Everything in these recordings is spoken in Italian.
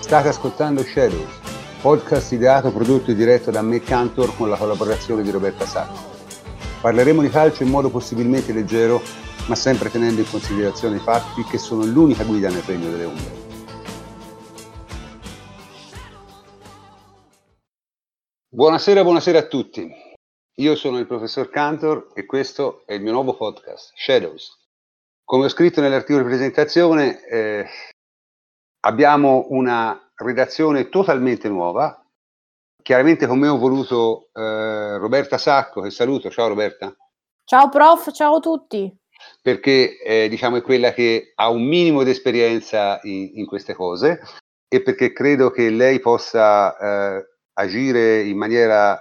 State ascoltando Shadows, podcast ideato, prodotto e diretto da me Cantor con la collaborazione di Roberta Sacco. Parleremo di calcio in modo possibilmente leggero, ma sempre tenendo in considerazione i fatti che sono l'unica guida nel regno delle ombre. Buonasera a tutti. Io sono il professor Cantor e questo è il mio nuovo podcast, Shadows. Come ho scritto nell'articolo di presentazione, abbiamo una redazione totalmente nuova. Chiaramente con me ho voluto Roberta Sacco, che saluto. Ciao Roberta. Ciao prof, ciao a tutti. Perché è quella che ha un minimo di esperienza in queste cose e perché credo che lei possa agire in maniera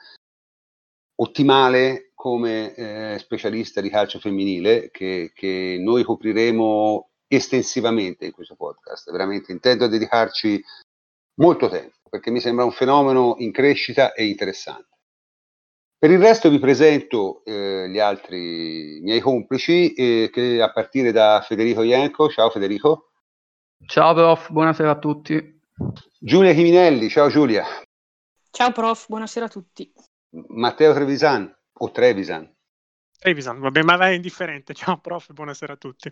ottimale come specialista di calcio femminile che noi copriremo estensivamente in questo podcast. Veramente intendo dedicarci molto tempo perché mi sembra un fenomeno in crescita e interessante. Per il resto vi presento gli altri miei complici che a partire da Federico Ienco. Ciao Federico. Ciao prof, buonasera a tutti. Giulia Chiminelli, ciao Giulia. Ciao prof, buonasera a tutti. Matteo Trevisan o Trevisan. Trevisan, vabbè, ma è indifferente. Ciao prof, buonasera a tutti.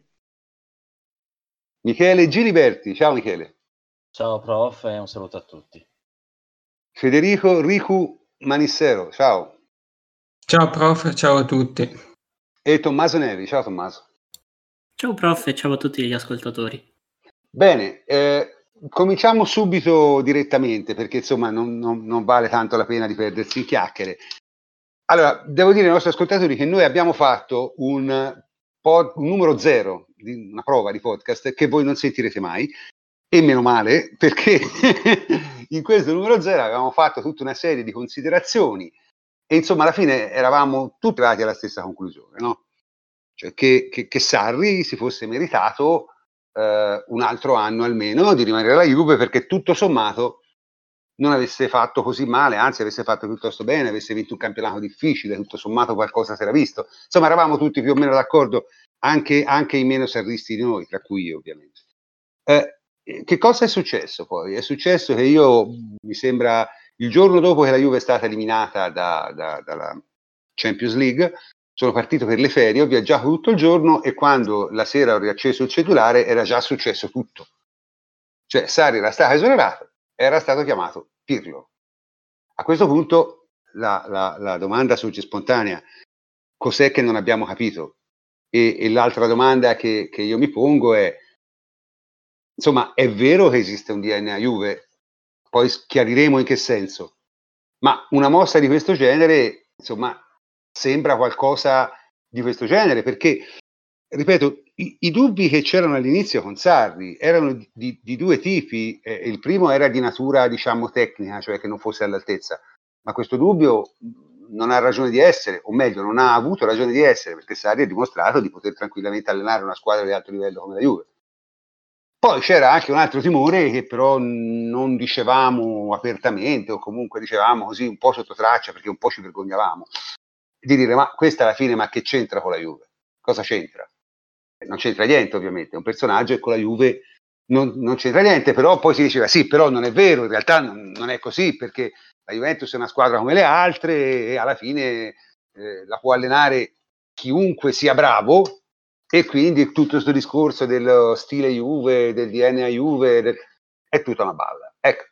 Michele Giliberti, ciao Michele. Ciao prof e un saluto a tutti. Federico Ricu Manissero, ciao. Ciao prof, ciao a tutti. E Tommaso Nevi, ciao Tommaso. Ciao prof e ciao a tutti gli ascoltatori. Bene, cominciamo subito direttamente perché insomma non vale tanto la pena di perdersi in chiacchiere. Allora, devo dire ai nostri ascoltatori che noi abbiamo fatto un numero 0, una prova di podcast che voi non sentirete mai, e meno male, perché in questo numero 0 avevamo fatto tutta una serie di considerazioni e insomma alla fine eravamo tutti arrivati alla stessa conclusione, no? Cioè che Sarri si fosse meritato un altro anno almeno di rimanere alla Juve perché tutto sommato non avesse fatto così male, anzi avesse fatto piuttosto bene, avesse vinto un campionato difficile, tutto sommato qualcosa si era visto. Insomma eravamo tutti più o meno d'accordo, anche i meno sarristi di noi, tra cui io ovviamente. Che cosa è successo poi? È successo che io, mi sembra, il giorno dopo che la Juve è stata eliminata dalla Champions League, sono partito per le ferie, ho viaggiato tutto il giorno e quando la sera ho riacceso il cellulare era già successo tutto. Cioè Sarri era stato esonerato, era stato chiamato Pirlo. A questo punto la domanda sorge spontanea: cos'è che non abbiamo capito? E l'altra domanda che io mi pongo è, insomma, è vero che esiste un DNA Juve? Poi chiariremo in che senso. Ma una mossa di questo genere, insomma, sembra qualcosa di questo genere, perché, ripeto, i dubbi che c'erano all'inizio con Sarri erano di due tipi. Il primo era di natura, diciamo, tecnica, cioè che non fosse all'altezza, ma questo dubbio non ha ragione di essere, o meglio, non ha avuto ragione di essere, perché Sarri ha dimostrato di poter tranquillamente allenare una squadra di alto livello come la Juve. Poi c'era anche un altro timore che però non dicevamo apertamente, o comunque dicevamo così un po' sotto traccia, perché un po' ci vergognavamo, di dire: ma questa alla fine, ma che c'entra con la Juve? Cosa c'entra? Non c'entra niente, ovviamente, è un personaggio e con la Juve non c'entra niente, però poi si diceva sì, però non è vero, in realtà non è così, perché la Juventus è una squadra come le altre e alla fine la può allenare chiunque sia bravo, e quindi tutto questo discorso dello stile Juve, del DNA Juve, è tutta una balla. Ecco,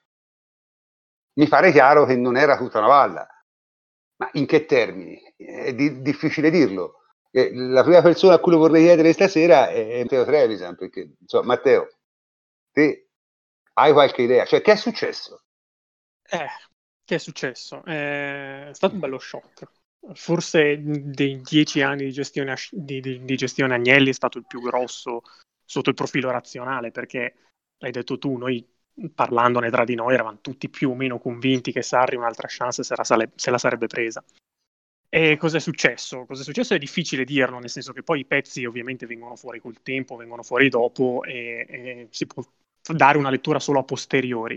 mi pare chiaro che non era tutta una balla, ma in che termini? È difficile dirlo. La prima persona a cui lo vorrei chiedere stasera è Matteo Trevisan, perché insomma, Matteo, te hai qualche idea? Cioè, che è successo? Che è successo? È stato un bello shock. Forse dei 10 anni di gestione, di gestione Agnelli è stato il più grosso sotto il profilo razionale, perché l'hai detto tu, noi parlandone tra di noi eravamo tutti più o meno convinti che Sarri un'altra chance se la sarebbe presa. E cosa è successo? Cosa è successo è difficile dirlo, nel senso che poi i pezzi ovviamente vengono fuori col tempo, vengono fuori dopo e si può dare una lettura solo a posteriori.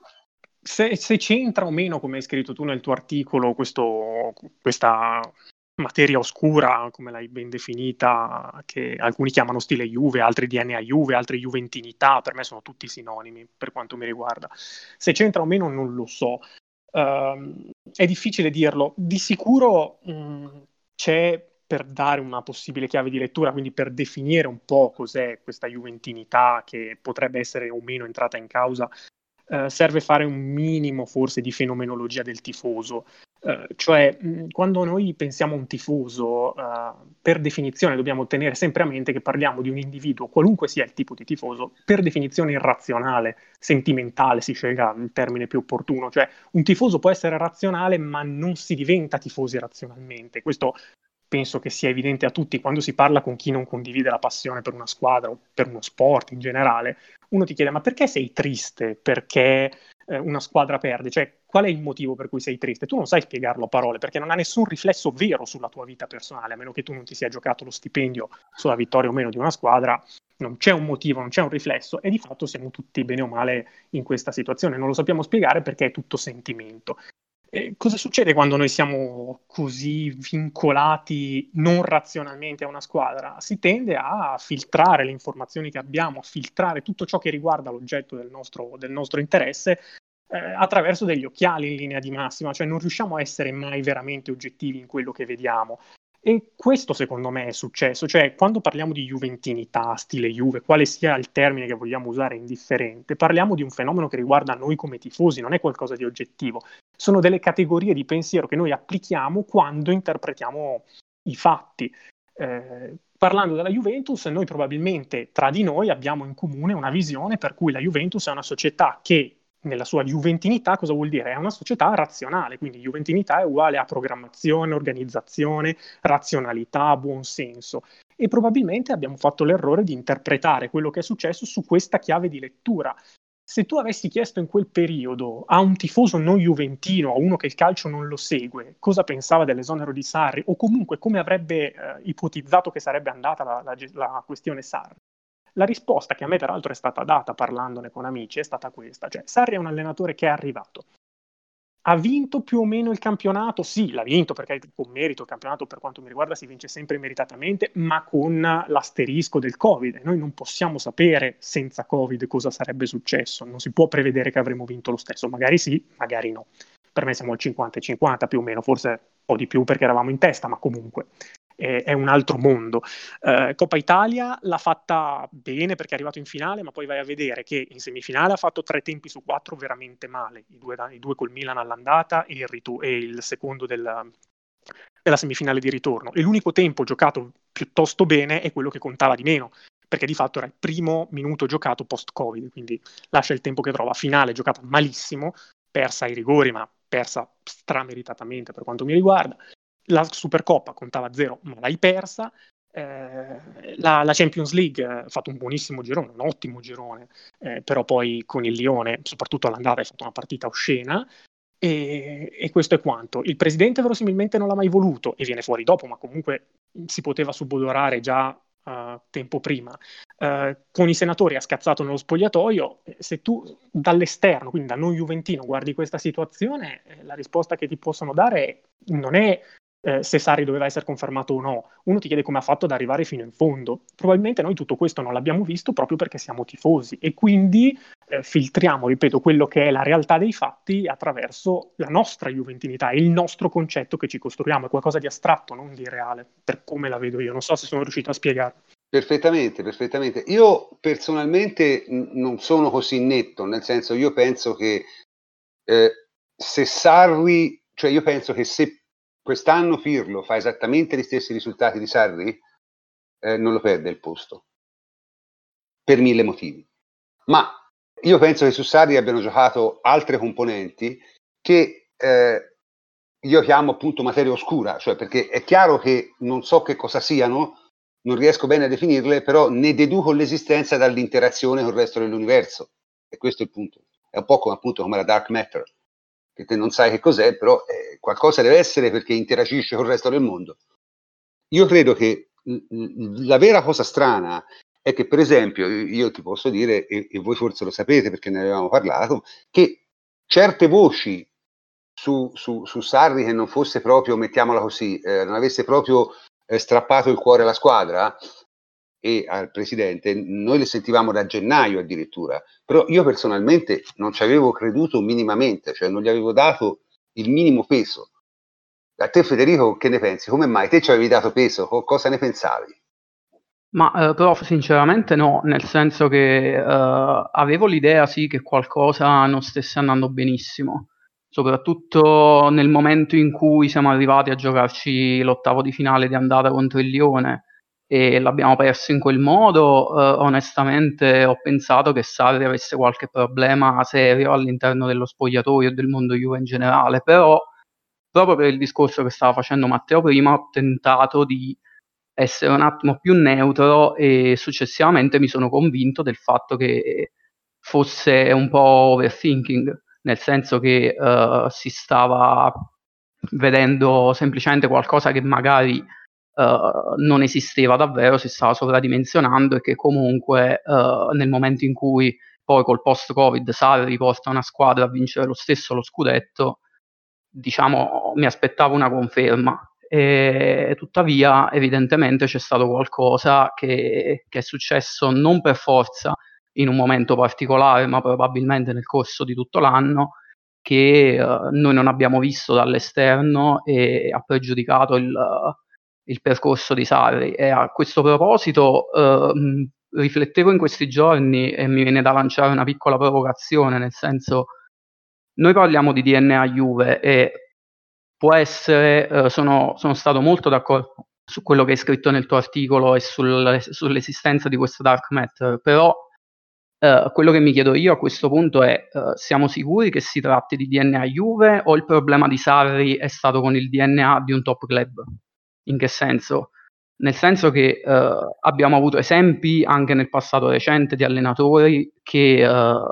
Se c'entra o meno, come hai scritto tu nel tuo articolo, questa materia oscura, come l'hai ben definita, che alcuni chiamano stile Juve, altri DNA Juve, altri juventinità, per me sono tutti sinonimi per quanto mi riguarda. Se c'entra o meno non lo so. È difficile dirlo. Di sicuro c'è, per dare una possibile chiave di lettura, quindi per definire un po' cos'è questa juventinità che potrebbe essere o meno entrata in causa, serve fare un minimo forse di fenomenologia del tifoso. Cioè, quando noi pensiamo a un tifoso, per definizione dobbiamo tenere sempre a mente che parliamo di un individuo, qualunque sia il tipo di tifoso, per definizione irrazionale, sentimentale, si scelga il termine più opportuno. Cioè, un tifoso può essere razionale, ma non si diventa tifosi razionalmente. Questo penso che sia evidente a tutti quando si parla con chi non condivide la passione per una squadra o per uno sport in generale. Uno ti chiede: ma perché sei triste? Perché una squadra perde? Cioè, qual è il motivo per cui sei triste? Tu non sai spiegarlo a parole, perché non ha nessun riflesso vero sulla tua vita personale, a meno che tu non ti sia giocato lo stipendio sulla vittoria o meno di una squadra. Non c'è un motivo, non c'è un riflesso, e di fatto siamo tutti bene o male in questa situazione. Non lo sappiamo spiegare perché è tutto sentimento. Cosa succede quando noi siamo così vincolati non razionalmente a una squadra? Si tende a filtrare le informazioni che abbiamo, a filtrare tutto ciò che riguarda l'oggetto del nostro interesse attraverso degli occhiali in linea di massima, cioè non riusciamo a essere mai veramente oggettivi in quello che vediamo. E questo secondo me è successo, cioè quando parliamo di juventinità, stile Juve, quale sia il termine che vogliamo usare è indifferente, parliamo di un fenomeno che riguarda noi come tifosi, non è qualcosa di oggettivo. Sono delle categorie di pensiero che noi applichiamo quando interpretiamo i fatti. Parlando della Juventus, noi probabilmente tra di noi abbiamo in comune una visione per cui la Juventus è una società che nella sua juventinità cosa vuol dire? È una società razionale, quindi juventinità è uguale a programmazione, organizzazione, razionalità, buonsenso. E probabilmente abbiamo fatto l'errore di interpretare quello che è successo su questa chiave di lettura. Se tu avessi chiesto in quel periodo a un tifoso non juventino, a uno che il calcio non lo segue, cosa pensava dell'esonero di Sarri, o comunque come avrebbe ipotizzato che sarebbe andata la questione Sarri, la risposta che a me peraltro è stata data parlandone con amici è stata questa: cioè Sarri è un allenatore che è arrivato, ha vinto più o meno il campionato, sì, l'ha vinto perché con merito il campionato per quanto mi riguarda si vince sempre meritatamente, ma con l'asterisco del Covid. Noi non possiamo sapere senza Covid cosa sarebbe successo, non si può prevedere che avremmo vinto lo stesso, magari sì, magari no. Per me siamo al 50-50 più o meno, forse un po' di più perché eravamo in testa, ma comunque è un altro mondo. Coppa Italia l'ha fatta bene perché è arrivato in finale, ma poi vai a vedere che in semifinale ha fatto 3 tempi su 4 veramente male, i due col Milan all'andata e il secondo della semifinale di ritorno, e l'unico tempo giocato piuttosto bene è quello che contava di meno, perché di fatto era il primo minuto giocato post-Covid, quindi lascia il tempo che trova. Finale giocata malissimo, persa ai rigori, ma persa strameritatamente per quanto mi riguarda. La Supercoppa contava 0, ma l'hai persa. La Champions League ha fatto un buonissimo girone, un ottimo girone, però poi con il Lione, soprattutto all'andata, hai fatto una partita oscena. E questo è quanto. Il presidente verosimilmente non l'ha mai voluto e viene fuori dopo, ma comunque si poteva subodorare già tempo prima. Con i senatori ha scazzato nello spogliatoio. Se tu dall'esterno, quindi da non juventino, guardi questa situazione, la risposta che ti possono dare non è se Sarri doveva essere confermato o no. Uno ti chiede come ha fatto ad arrivare fino in fondo. Probabilmente noi tutto questo non l'abbiamo visto proprio perché siamo tifosi e quindi filtriamo, ripeto, quello che è la realtà dei fatti attraverso la nostra juventinità, il nostro concetto che ci costruiamo. È qualcosa di astratto, non di reale, per come la vedo io. Non so se sono riuscito a spiegare. Perfettamente, perfettamente. Io personalmente non sono così netto, nel senso, io penso che se Sarri, cioè io penso che se quest'anno Pirlo fa esattamente gli stessi risultati di Sarri, non lo perde il posto, per 1000 motivi. Ma io penso che su Sarri abbiano giocato altre componenti che io chiamo appunto materia oscura, cioè perché è chiaro che non so che cosa siano, non riesco bene a definirle, però ne deduco l'esistenza dall'interazione con il resto dell'universo, e questo è il punto. È un po' come, appunto, come la dark matter, che te non sai che cos'è, però qualcosa deve essere perché interagisce con il resto del mondo. Io credo che la vera cosa strana è che, per esempio, io ti posso dire, e voi forse lo sapete perché ne avevamo parlato, che certe voci su Sarri che non fosse proprio, mettiamola così, non avesse proprio strappato il cuore alla squadra e al presidente, noi le sentivamo da gennaio addirittura, però io personalmente non ci avevo creduto minimamente, cioè non gli avevo dato il minimo peso. A te Federico che ne pensi? Come mai? Te ci avevi dato peso? Cosa ne pensavi? Ma prof, sinceramente no, nel senso che avevo l'idea sì che qualcosa non stesse andando benissimo, soprattutto nel momento in cui siamo arrivati a giocarci l'ottavo di finale di andata contro il Lione e l'abbiamo perso in quel modo, onestamente ho pensato che Sarri avesse qualche problema serio all'interno dello spogliatoio e del mondo Juve in generale, però proprio per il discorso che stava facendo Matteo prima ho tentato di essere un attimo più neutro e successivamente mi sono convinto del fatto che fosse un po' overthinking, nel senso che si stava vedendo semplicemente qualcosa che magari non esisteva davvero, si stava sovradimensionando e che comunque nel momento in cui poi col post-Covid Sarri porta una squadra a vincere lo stesso lo scudetto, diciamo mi aspettavo una conferma. E tuttavia evidentemente c'è stato qualcosa che è successo non per forza in un momento particolare, ma probabilmente nel corso di tutto l'anno, che noi non abbiamo visto dall'esterno e ha pregiudicato il percorso di Sarri. E a questo proposito riflettevo in questi giorni e mi viene da lanciare una piccola provocazione, nel senso, noi parliamo di DNA Juve e può essere, sono stato molto d'accordo su quello che hai scritto nel tuo articolo e sull'esistenza di questo dark matter, però quello che mi chiedo io a questo punto è, siamo sicuri che si tratti di DNA Juve o il problema di Sarri è stato con il DNA di un top club? In che senso? Nel senso che abbiamo avuto esempi anche nel passato recente di allenatori che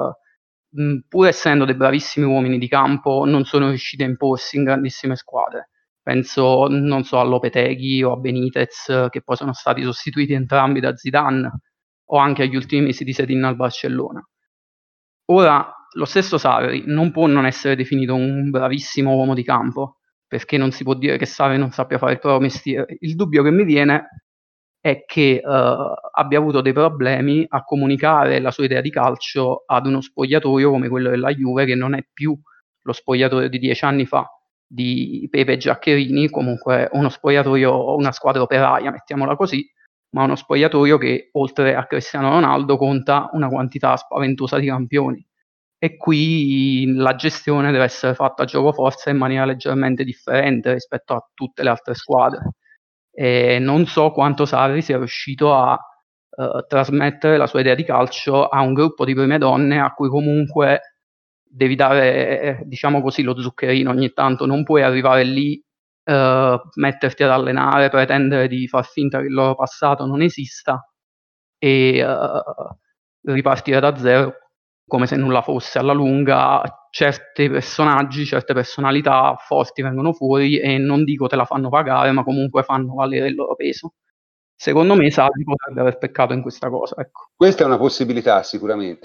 pur essendo dei bravissimi uomini di campo non sono riusciti a imporsi in grandissime squadre. Penso, non so, a Lopetegui o a Benitez, che poi sono stati sostituiti entrambi da Zidane, o anche agli ultimi mesi di Sedin al Barcellona. Ora, lo stesso Sarri non può non essere definito un bravissimo uomo di campo, perché non si può dire che Sarri non sappia fare il proprio mestiere. Il dubbio che mi viene è che abbia avuto dei problemi a comunicare la sua idea di calcio ad uno spogliatoio come quello della Juve, che non è più lo spogliatoio di 10 anni fa di Pepe Giaccherini, comunque uno spogliatoio, una squadra operaia, mettiamola così, ma uno spogliatoio che oltre a Cristiano Ronaldo conta una quantità spaventosa di campioni. E qui la gestione deve essere fatta a giocoforza in maniera leggermente differente rispetto a tutte le altre squadre. E non so quanto Sarri sia riuscito a trasmettere la sua idea di calcio a un gruppo di prime donne a cui comunque devi dare, diciamo così, lo zuccherino ogni tanto, non puoi arrivare lì, metterti ad allenare, pretendere di far finta che il loro passato non esista e ripartire da zero come se nulla fosse. Alla lunga certi personaggi, certe personalità forti vengono fuori e non dico te la fanno pagare, ma comunque fanno valere il loro peso. Secondo me Sarri potrebbe aver peccato in questa cosa, ecco. Questa è una possibilità sicuramente,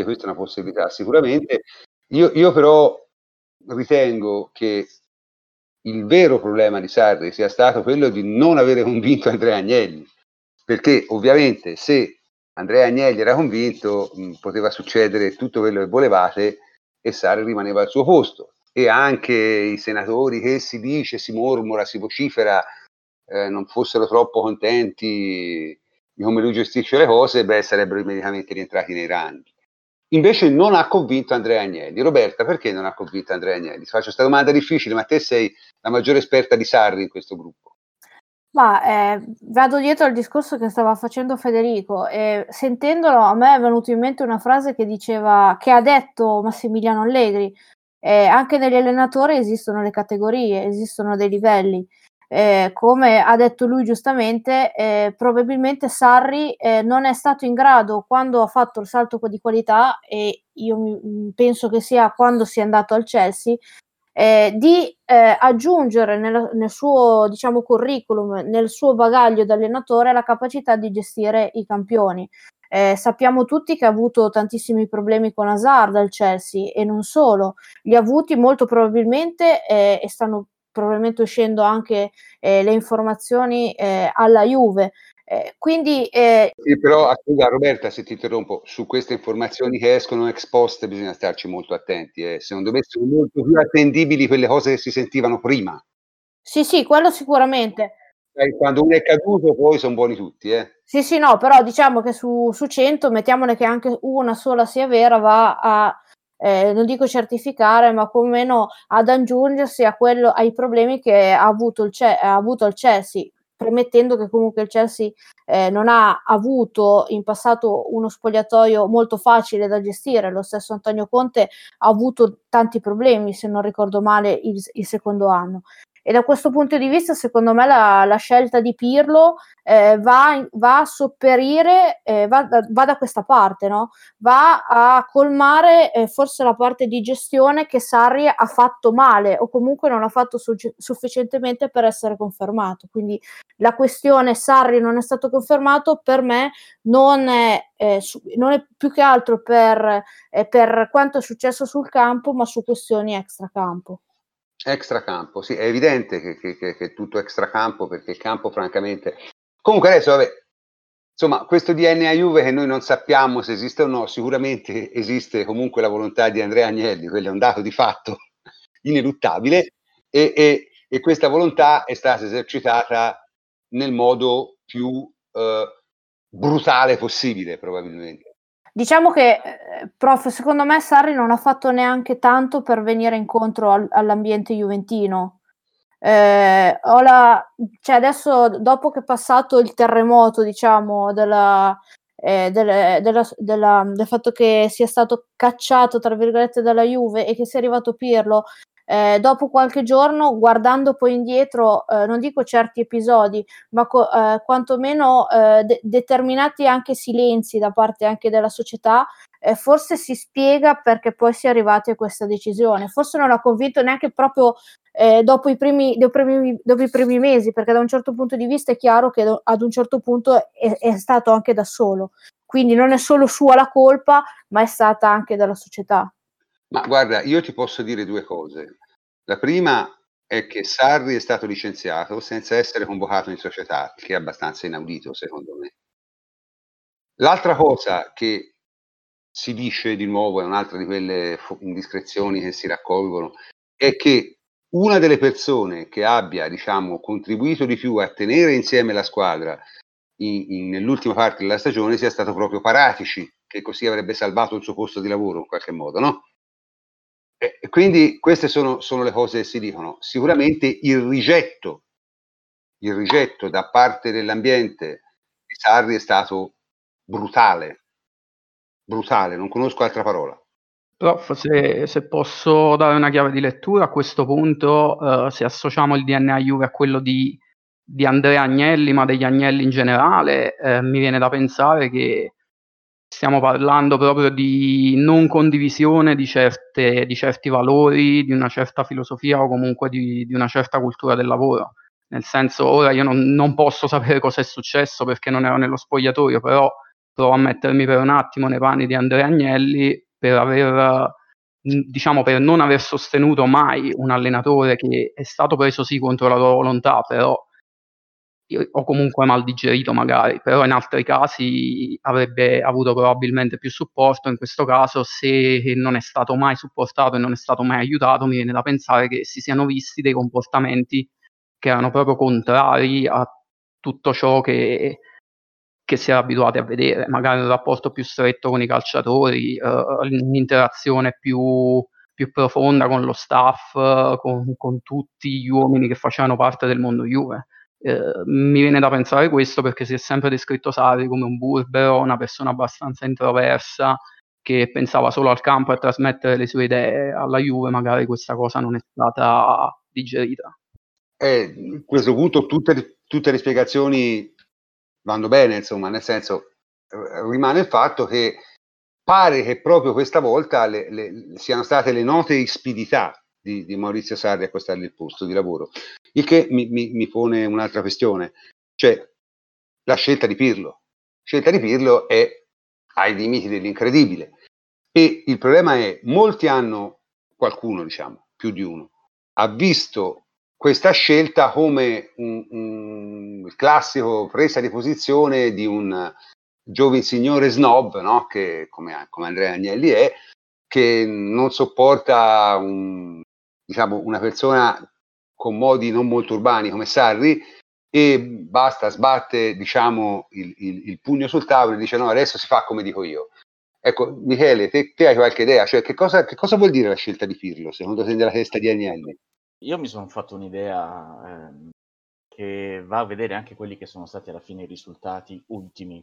Io però ritengo che il vero problema di Sarri sia stato quello di non avere convinto Andrea Agnelli, perché ovviamente se Andrea Agnelli era convinto poteva succedere tutto quello che volevate e Sarri rimaneva al suo posto, e anche i senatori che si dice, si mormora, si vocifera non fossero troppo contenti di come lui gestisce le cose, sarebbero immediatamente rientrati nei ranghi. Invece non ha convinto Andrea Agnelli. Roberta, perché non ha convinto Andrea Agnelli? Ti faccio questa domanda difficile, ma te sei la maggiore esperta di Sarri in questo gruppo. Ma vado dietro al discorso che stava facendo Federico e sentendolo a me è venuto in mente una frase che diceva, che ha detto Massimiliano Allegri, anche negli allenatori esistono le categorie, esistono dei livelli. Come ha detto lui giustamente, probabilmente Sarri non è stato in grado, quando ha fatto il salto di qualità, e io penso che sia quando sia andato al Chelsea, di aggiungere nel suo, diciamo, curriculum, nel suo bagaglio da allenatore, la capacità di gestire i campioni. Sappiamo tutti che ha avuto tantissimi problemi con Hazard al Chelsea, e non solo, li ha avuti molto probabilmente, e stanno probabilmente uscendo anche le informazioni alla Juve. Quindi Sì, però scusa Roberta se ti interrompo, su queste informazioni che escono ex post bisogna starci molto attenti, secondo me sono molto più attendibili quelle cose che si sentivano prima. sì, quello sicuramente. Quando uno è caduto poi sono buoni tutti. Sì, no, però diciamo che su 100 mettiamone che anche una sola sia vera, va a non dico certificare, ma con meno ad aggiungersi ai problemi che ha avuto il Chelsea, premettendo che comunque il Chelsea non ha avuto in passato uno spogliatoio molto facile da gestire. Lo stesso Antonio Conte ha avuto tanti problemi, se non ricordo male, il secondo anno. E da questo punto di vista, secondo me, la scelta di Pirlo va a sopperire, va da questa parte, no? Va a colmare forse la parte di gestione che Sarri ha fatto male, o comunque non ha fatto sufficientemente per essere confermato. Quindi la questione Sarri non è stato confermato, per me non è più che altro per quanto è successo sul campo, ma su questioni extracampo. Extracampo, sì, è evidente che è tutto extracampo, perché il campo francamente... Comunque adesso, vabbè, insomma, questo DNA Juve che noi non sappiamo se esiste o no, sicuramente esiste comunque la volontà di Andrea Agnelli, quello è un dato di fatto ineluttabile, e questa volontà è stata esercitata nel modo più brutale possibile, probabilmente. Diciamo che, prof, secondo me Sarri non ha fatto neanche tanto per venire incontro all'ambiente juventino. Cioè adesso, dopo che è passato il terremoto, diciamo, del fatto che sia stato cacciato, tra virgolette, dalla Juve, e che sia arrivato Pirlo, dopo qualche giorno, guardando poi indietro, non dico certi episodi, ma quantomeno determinati anche silenzi da parte anche della società, forse si spiega perché poi si è arrivati a questa decisione. Forse non ha convinto neanche proprio dopo i primi mesi, perché da un certo punto di vista è chiaro che ad un certo punto è stato anche da solo, quindi non è solo sua la colpa, ma è stata anche della società. Ma guarda, io ti posso dire due cose. La prima è che Sarri è stato licenziato senza essere convocato in società, che è abbastanza inaudito secondo me. L'altra cosa che si dice, di nuovo, è un'altra di quelle indiscrezioni che si raccolgono, è che una delle persone che abbia, diciamo, contribuito di più a tenere insieme la squadra nell'ultima parte della stagione sia stato proprio Paratici, che così avrebbe salvato il suo posto di lavoro in qualche modo, no? E quindi queste sono le cose che si dicono. Sicuramente il rigetto da parte dell'ambiente di Sarri è stato brutale, non conosco altra parola. Prof, se posso dare una chiave di lettura a questo punto, se associamo il DNA Juve a quello di Andrea Agnelli, ma degli Agnelli in generale, mi viene da pensare che stiamo parlando proprio di non condivisione di certi valori, di una certa filosofia, o comunque di una certa cultura del lavoro. Nel senso, ora io non posso sapere cosa è successo perché non ero nello spogliatoio, però provo a mettermi per un attimo nei panni di Andrea Agnelli, per non aver sostenuto mai un allenatore che è stato preso sì contro la loro volontà, però o comunque mal digerito magari, però in altri casi avrebbe avuto probabilmente più supporto. In questo caso, se non è stato mai supportato e non è stato mai aiutato, mi viene da pensare che si siano visti dei comportamenti che erano proprio contrari a tutto ciò che si era abituati a vedere, magari un rapporto più stretto con i calciatori, un'interazione più profonda con lo staff, con tutti gli uomini che facevano parte del mondo Juve. Mi viene da pensare questo perché si è sempre descritto Sarri come un burbero, una persona abbastanza introversa che pensava solo al campo e a trasmettere le sue idee alla Juve. Magari questa cosa non è stata digerita. A questo punto tutte le spiegazioni vanno bene, insomma, nel senso, rimane il fatto che pare che proprio questa volta siano state le note ispidità di Maurizio Sarri a costargli il posto di lavoro, il che mi pone un'altra questione, cioè la scelta di Pirlo. La scelta di Pirlo è ai limiti dell'incredibile. E il problema è, molti hanno, qualcuno diciamo, più di uno, ha visto questa scelta come il classico presa di posizione di un giovane signore snob, no? Che come Andrea Agnelli è, che non sopporta diciamo, una persona con modi non molto urbani come Sarri, e basta, sbatte diciamo il pugno sul tavolo e dice no, adesso si fa come dico io. Ecco, Michele, te hai qualche idea? Cioè, che cosa vuol dire la scelta di Pirlo, secondo te, nella testa di Agnelli? Io mi sono fatto un'idea che va a vedere anche quelli che sono stati alla fine i risultati ultimi.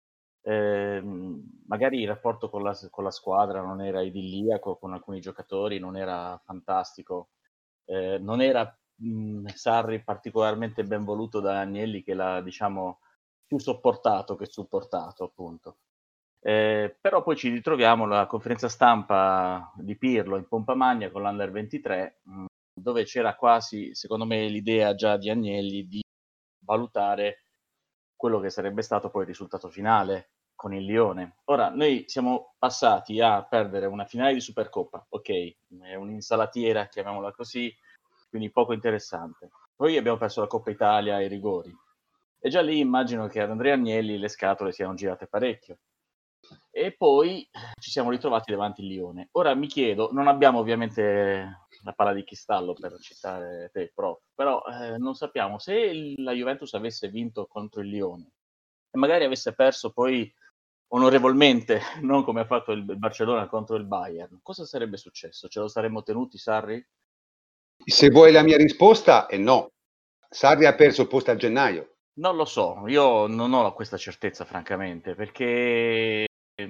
Magari il rapporto con la squadra non era idilliaco, con alcuni giocatori non era fantastico, non era Sarri particolarmente ben voluto da Agnelli, che l'ha, diciamo, più sopportato che supportato, appunto. Però poi ci ritroviamo alla conferenza stampa di Pirlo in pompa magna con l'Under 23, dove c'era quasi, secondo me, l'idea già di Agnelli di valutare quello che sarebbe stato poi il risultato finale con il Lione. Ora, noi siamo passati a perdere una finale di Supercoppa, ok, è un'insalatiera, chiamiamola così, quindi poco interessante. Poi abbiamo perso la Coppa Italia ai rigori. E già lì immagino che ad Andrea Agnelli le scatole siano girate parecchio. E poi ci siamo ritrovati davanti il Lione. Ora mi chiedo, non abbiamo ovviamente la palla di cristallo per citare te, prof, però non sappiamo se la Juventus avesse vinto contro il Lione e magari avesse perso poi onorevolmente, non come ha fatto il Barcellona contro il Bayern, cosa sarebbe successo? Ce lo saremmo tenuti, Sarri? Se vuoi la mia risposta è no. Sarri ha perso il posto a gennaio. Non lo so, io non ho questa certezza francamente, perché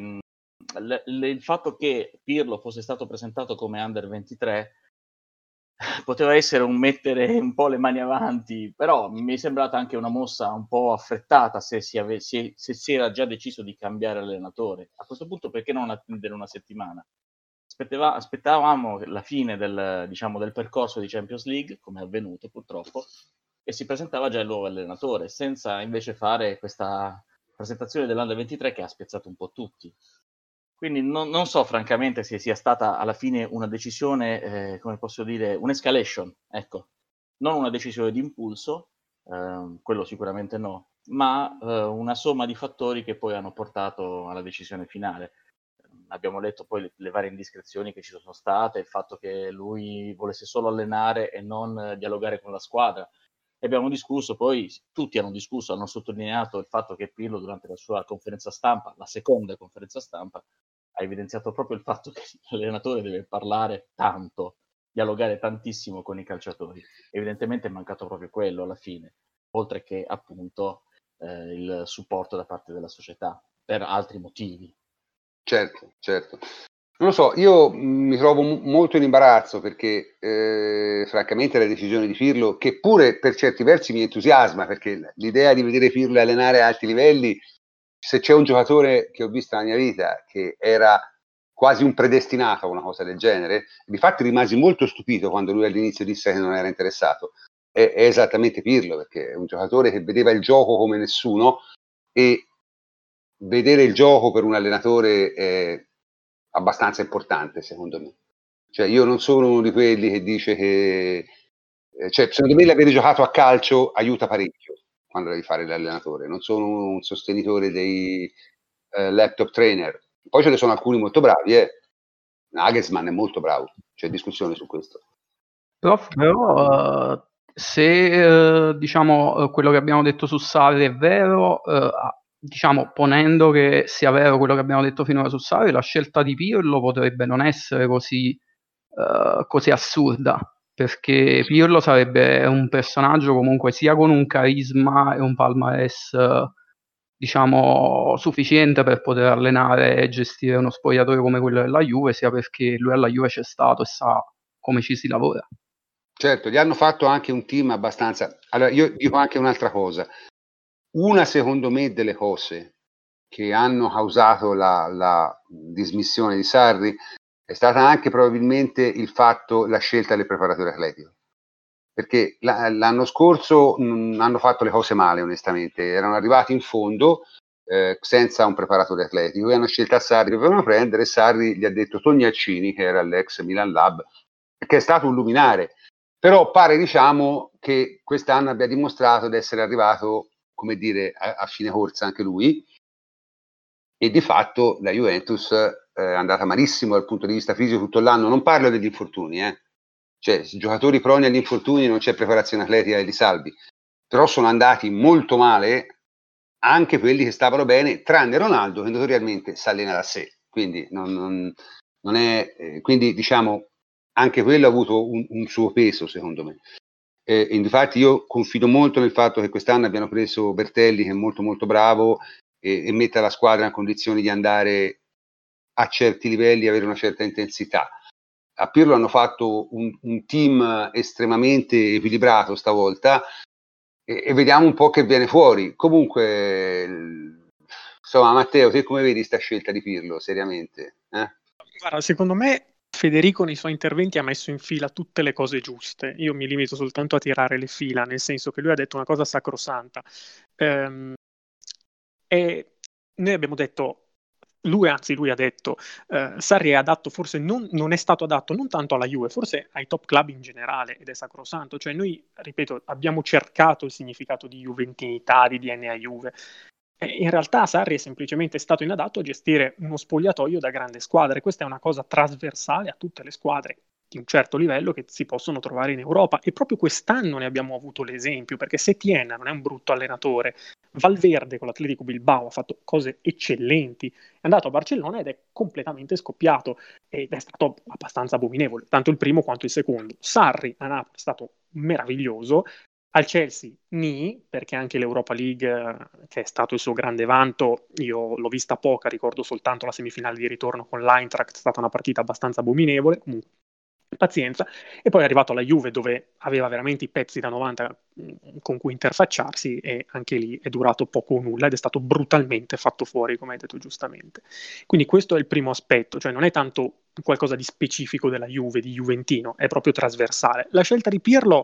il fatto che Pirlo fosse stato presentato come Under 23 poteva essere un mettere un po' le mani avanti, però mi è sembrata anche una mossa un po' affrettata se si era già deciso di cambiare allenatore. A questo punto perché non attendere una settimana? Aspettavamo la fine del percorso di Champions League, come è avvenuto purtroppo, e si presentava già il nuovo allenatore, senza invece fare questa presentazione dell'Under 23 che ha spiazzato un po' tutti. Quindi non so francamente se sia stata alla fine una decisione, come posso dire, un'escalation, ecco. Non una decisione di impulso, quello sicuramente no, ma una somma di fattori che poi hanno portato alla decisione finale. Abbiamo letto poi le varie indiscrezioni che ci sono state, il fatto che lui volesse solo allenare e non dialogare con la squadra. E abbiamo discusso, poi tutti hanno discusso, hanno sottolineato il fatto che Pirlo durante la sua conferenza stampa, la seconda conferenza stampa, ha evidenziato proprio il fatto che l'allenatore deve parlare tanto, dialogare tantissimo con i calciatori. Evidentemente è mancato proprio quello alla fine, oltre che appunto il supporto da parte della società, per altri motivi. Certo. Non lo so, io mi trovo molto in imbarazzo perché francamente la decisione di Pirlo, che pure per certi versi mi entusiasma, perché l'idea di vedere Pirlo allenare a alti livelli, se c'è un giocatore che ho visto nella mia vita che era quasi un predestinato a una cosa del genere, difatti rimasi molto stupito quando lui all'inizio disse che non era interessato, è esattamente Pirlo, perché è un giocatore che vedeva il gioco come nessuno, e vedere il gioco per un allenatore è abbastanza importante, secondo me. Cioè, io non sono uno di quelli che dice che cioè, secondo me l'avere giocato a calcio aiuta parecchio quando devi fare l'allenatore. Non sono un sostenitore dei laptop trainer. Poi ce ne sono alcuni molto bravi, Nagelsmann è molto bravo, c'è discussione su questo. Prof, però se diciamo quello che abbiamo detto su Sarri è vero, diciamo ponendo che sia vero quello che abbiamo detto finora su Sarri, la scelta di Pirlo potrebbe non essere così assurda, perché Pirlo sarebbe un personaggio comunque sia con un carisma e un palmarès diciamo sufficiente per poter allenare e gestire uno spogliatoio come quello della Juve, sia perché lui alla Juve c'è stato e sa come ci si lavora. Certo, gli hanno fatto anche un team abbastanza. Allora, io dico anche un'altra cosa. Una, secondo me, delle cose che hanno causato la dismissione di Sarri è stata anche probabilmente la scelta del preparatore atletico. Perché l'anno scorso hanno fatto le cose male, onestamente. Erano arrivati in fondo, senza un preparatore atletico, e hanno scelto a Sarri, dovevano prendere, Sarri gli ha detto Tognaccini, che era l'ex Milan Lab, che è stato un luminare, però pare, diciamo, che quest'anno abbia dimostrato di essere arrivato, come dire, a fine corsa anche lui, e di fatto la Juventus è andata malissimo dal punto di vista fisico tutto l'anno. Non parlo degli infortuni, cioè giocatori proni agli infortuni, non c'è preparazione atletica e li salvi, però sono andati molto male anche quelli che stavano bene, tranne Ronaldo, che notoriamente si allena da sé, quindi non è, quindi diciamo anche quello ha avuto un suo peso, secondo me. Infatti io confido molto nel fatto che quest'anno abbiano preso Bertelli, che è molto molto bravo, e mette la squadra in condizioni di andare a certi livelli e avere una certa intensità. A Pirlo hanno fatto un team estremamente equilibrato stavolta, e vediamo un po' che viene fuori. Comunque, insomma, Matteo, te come vedi sta scelta di Pirlo, seriamente? Guarda, secondo me Federico nei suoi interventi ha messo in fila tutte le cose giuste. Io mi limito soltanto a tirare le fila, nel senso che lui ha detto una cosa sacrosanta. E noi abbiamo detto, lui ha detto, Sarri è adatto, forse non è stato adatto non tanto alla Juve, forse ai top club in generale, ed è sacrosanto. Cioè noi, ripeto, abbiamo cercato il significato di juventinità, di DNA Juve. In realtà Sarri è semplicemente stato inadatto a gestire uno spogliatoio da grande squadra, e questa è una cosa trasversale a tutte le squadre di un certo livello che si possono trovare in Europa, e proprio quest'anno ne abbiamo avuto l'esempio, perché Setien non è un brutto allenatore, Valverde con l'Atletico Bilbao ha fatto cose eccellenti, è andato a Barcellona ed è completamente scoppiato ed è stato abbastanza abominevole, tanto il primo quanto il secondo. Sarri a Napoli è stato meraviglioso, al Chelsea perché anche l'Europa League, che è stato il suo grande vanto, io l'ho vista poca, ricordo soltanto la semifinale di ritorno con l'Eintracht, è stata una partita abbastanza abominevole, comunque pazienza. E poi è arrivato alla Juve, dove aveva veramente i pezzi da 90 con cui interfacciarsi, e anche lì è durato poco o nulla ed è stato brutalmente fatto fuori, come hai detto giustamente. Quindi questo è il primo aspetto, cioè non è tanto qualcosa di specifico della Juve, di Juventino, è proprio trasversale. La scelta di Pirlo,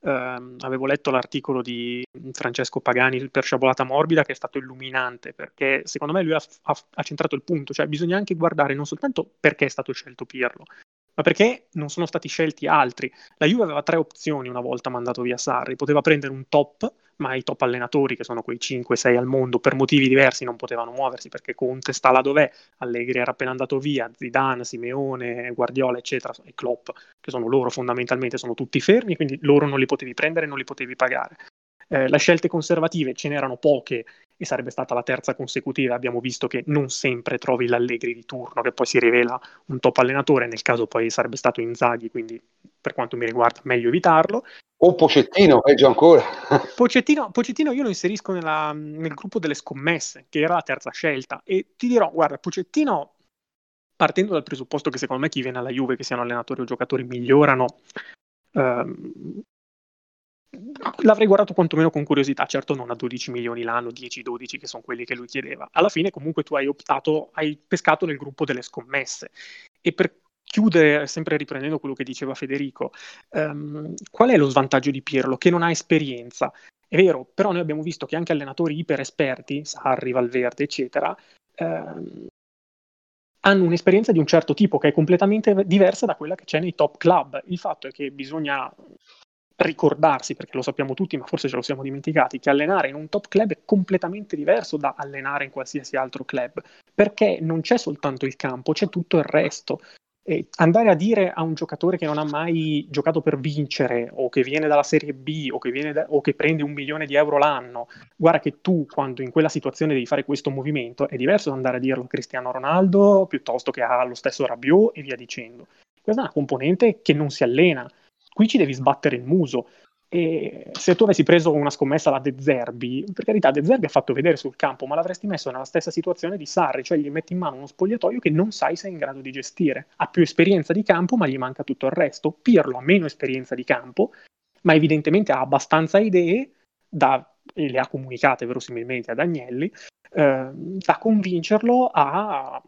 avevo letto l'articolo di Francesco Pagani per Sciabolata Morbida, che è stato illuminante, perché secondo me lui ha centrato il punto, cioè bisogna anche guardare non soltanto perché è stato scelto Pirlo, ma perché non sono stati scelti altri. La Juve aveva 3 opzioni una volta mandato via Sarri: poteva prendere un top, ma i top allenatori, che sono quei 5-6 al mondo, per motivi diversi non potevano muoversi, perché Conte sta là dov'è, Allegri era appena andato via, Zidane, Simeone, Guardiola eccetera, e Klopp, che sono loro fondamentalmente, sono tutti fermi, quindi loro non li potevi prendere, non li potevi pagare. Le scelte conservative ce n'erano poche, e sarebbe stata la terza consecutiva. Abbiamo visto che non sempre trovi l'Allegri di turno, che poi si rivela un top allenatore, nel caso poi sarebbe stato Inzaghi, quindi per quanto mi riguarda meglio evitarlo. O Pochettino, peggio ancora. Pochettino io lo inserisco nel gruppo delle scommesse, che era la terza scelta, e ti dirò, guarda, Pochettino, partendo dal presupposto che secondo me chi viene alla Juve, che siano allenatori o giocatori, migliorano, l'avrei guardato quantomeno con curiosità, certo non a 12 milioni l'anno, 10-12 che sono quelli che lui chiedeva. Alla fine comunque tu hai pescato nel gruppo delle scommesse. E per chiudere, sempre riprendendo quello che diceva Federico, qual è lo svantaggio di Pirlo? Che non ha esperienza. È vero, però noi abbiamo visto che anche allenatori iper esperti, Sarri, Valverde eccetera, hanno un'esperienza di un certo tipo, che è completamente diversa da quella che c'è nei top club. Il fatto è che bisogna ricordarsi, perché lo sappiamo tutti, ma forse ce lo siamo dimenticati, che allenare in un top club è completamente diverso da allenare in qualsiasi altro club, perché non c'è soltanto il campo, c'è tutto il resto. E andare a dire a un giocatore che non ha mai giocato per vincere, o che viene dalla Serie B, o che prende 1 milione di euro l'anno, guarda che tu, quando in quella situazione devi fare questo movimento, è diverso da andare a dirlo a Cristiano Ronaldo piuttosto che allo stesso Rabiot e via dicendo. Questa è una componente che non si allena. Qui ci devi sbattere il muso. E se tu avessi preso una scommessa alla De Zerbi, per carità, De Zerbi ha fatto vedere sul campo, ma l'avresti messo nella stessa situazione di Sarri, cioè gli metti in mano uno spogliatoio che non sai se è in grado di gestire. Ha più esperienza di campo, ma gli manca tutto il resto. Pirlo ha meno esperienza di campo, ma evidentemente ha abbastanza idee, e le ha comunicate verosimilmente ad Agnelli, da convincerlo a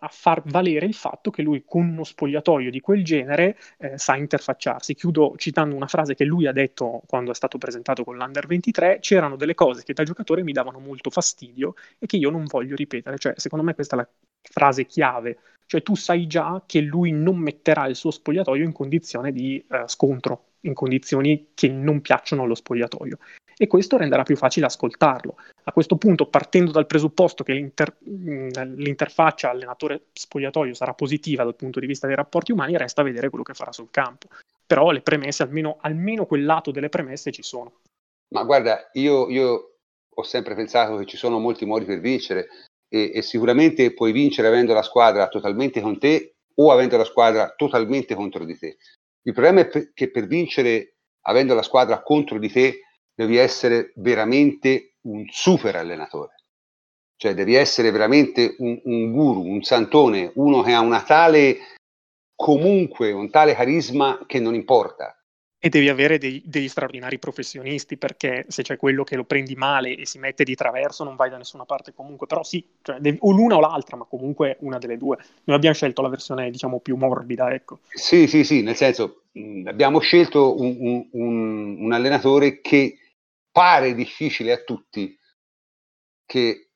a far valere il fatto che lui con uno spogliatoio di quel genere sa interfacciarsi. Chiudo citando una frase che lui ha detto quando è stato presentato con l'Under 23: c'erano delle cose che da giocatore mi davano molto fastidio e che io non voglio ripetere. Cioè, secondo me questa è la frase chiave. Cioè, tu sai già che lui non metterà il suo spogliatoio in condizione di scontro, in condizioni che non piacciono allo spogliatoio. E questo renderà più facile ascoltarlo. A questo punto, partendo dal presupposto che l'interfaccia allenatore-spogliatoio sarà positiva dal punto di vista dei rapporti umani, resta a vedere quello che farà sul campo. Però le premesse, almeno quel lato delle premesse ci sono. Ma guarda, io ho sempre pensato che ci sono molti modi per vincere e sicuramente puoi vincere avendo la squadra totalmente con te o avendo la squadra totalmente contro di te. Il problema è che per vincere avendo la squadra contro di te devi essere veramente un super allenatore, cioè devi essere veramente un guru, un santone, uno che ha una tale, comunque un tale carisma che non importa. E devi avere degli straordinari professionisti, perché se c'è quello che lo prendi male e si mette di traverso non vai da nessuna parte comunque. Però sì, cioè, o l'una o l'altra, ma comunque una delle due. Noi abbiamo scelto la versione, diciamo, più morbida, ecco. Sì, nel senso, abbiamo scelto un allenatore che pare difficile a tutti che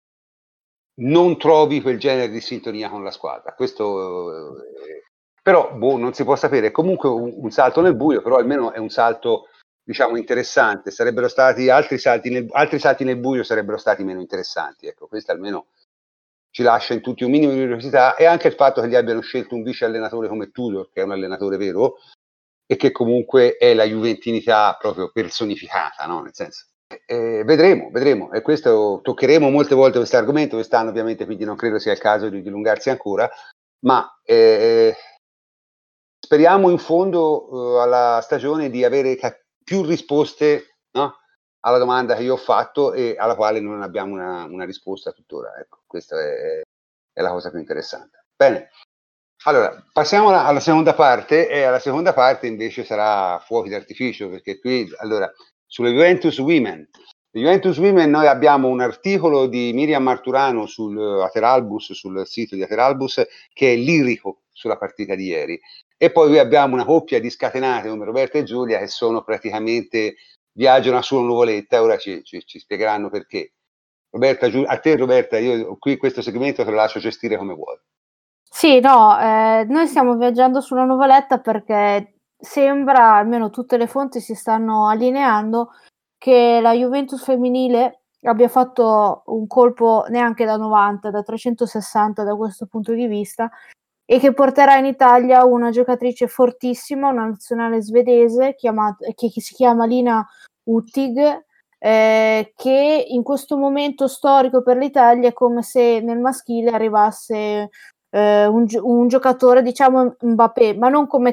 non trovi quel genere di sintonia con la squadra. Questo però non si può sapere, è comunque un salto nel buio, però almeno è un salto, diciamo, interessante. Sarebbero stati altri salti nel buio, sarebbero stati meno interessanti. Ecco, questo almeno ci lascia in tutti un minimo di curiosità, e anche il fatto che gli abbiano scelto un vice allenatore come Tudor, che è un allenatore vero e che comunque è la juventinità proprio personificata, no? Nel senso, vedremo, e questo toccheremo molte volte questo argomento quest'anno, ovviamente, quindi non credo sia il caso di dilungarsi ancora, ma speriamo in fondo alla stagione di avere più risposte, no? Alla domanda che io ho fatto e alla quale non abbiamo una risposta tuttora. Ecco, questa è la cosa più interessante. Bene, allora passiamo alla seconda parte, e alla seconda parte invece sarà fuochi d'artificio, perché qui, allora, sulle Juventus Women noi abbiamo un articolo di Miriam Marturano sul Ateralbus, sul sito di Ateralbus, che è lirico sulla partita di ieri, e poi qui abbiamo una coppia di scatenate come Roberta e Giulia che sono praticamente viaggiano su una nuvoletta. Ora ci spiegheranno perché. Roberta, io qui questo segmento te lo lascio gestire come vuoi. Sì, no, noi stiamo viaggiando su una nuvoletta perché sembra, almeno tutte le fonti si stanno allineando, che la Juventus femminile abbia fatto un colpo neanche da 90, da 360 da questo punto di vista, e che porterà in Italia una giocatrice fortissima, una nazionale svedese che si chiama Lina Hurtig, che in questo momento storico per l'Italia è come se nel maschile arrivasse un giocatore, diciamo Mbappé, ma non come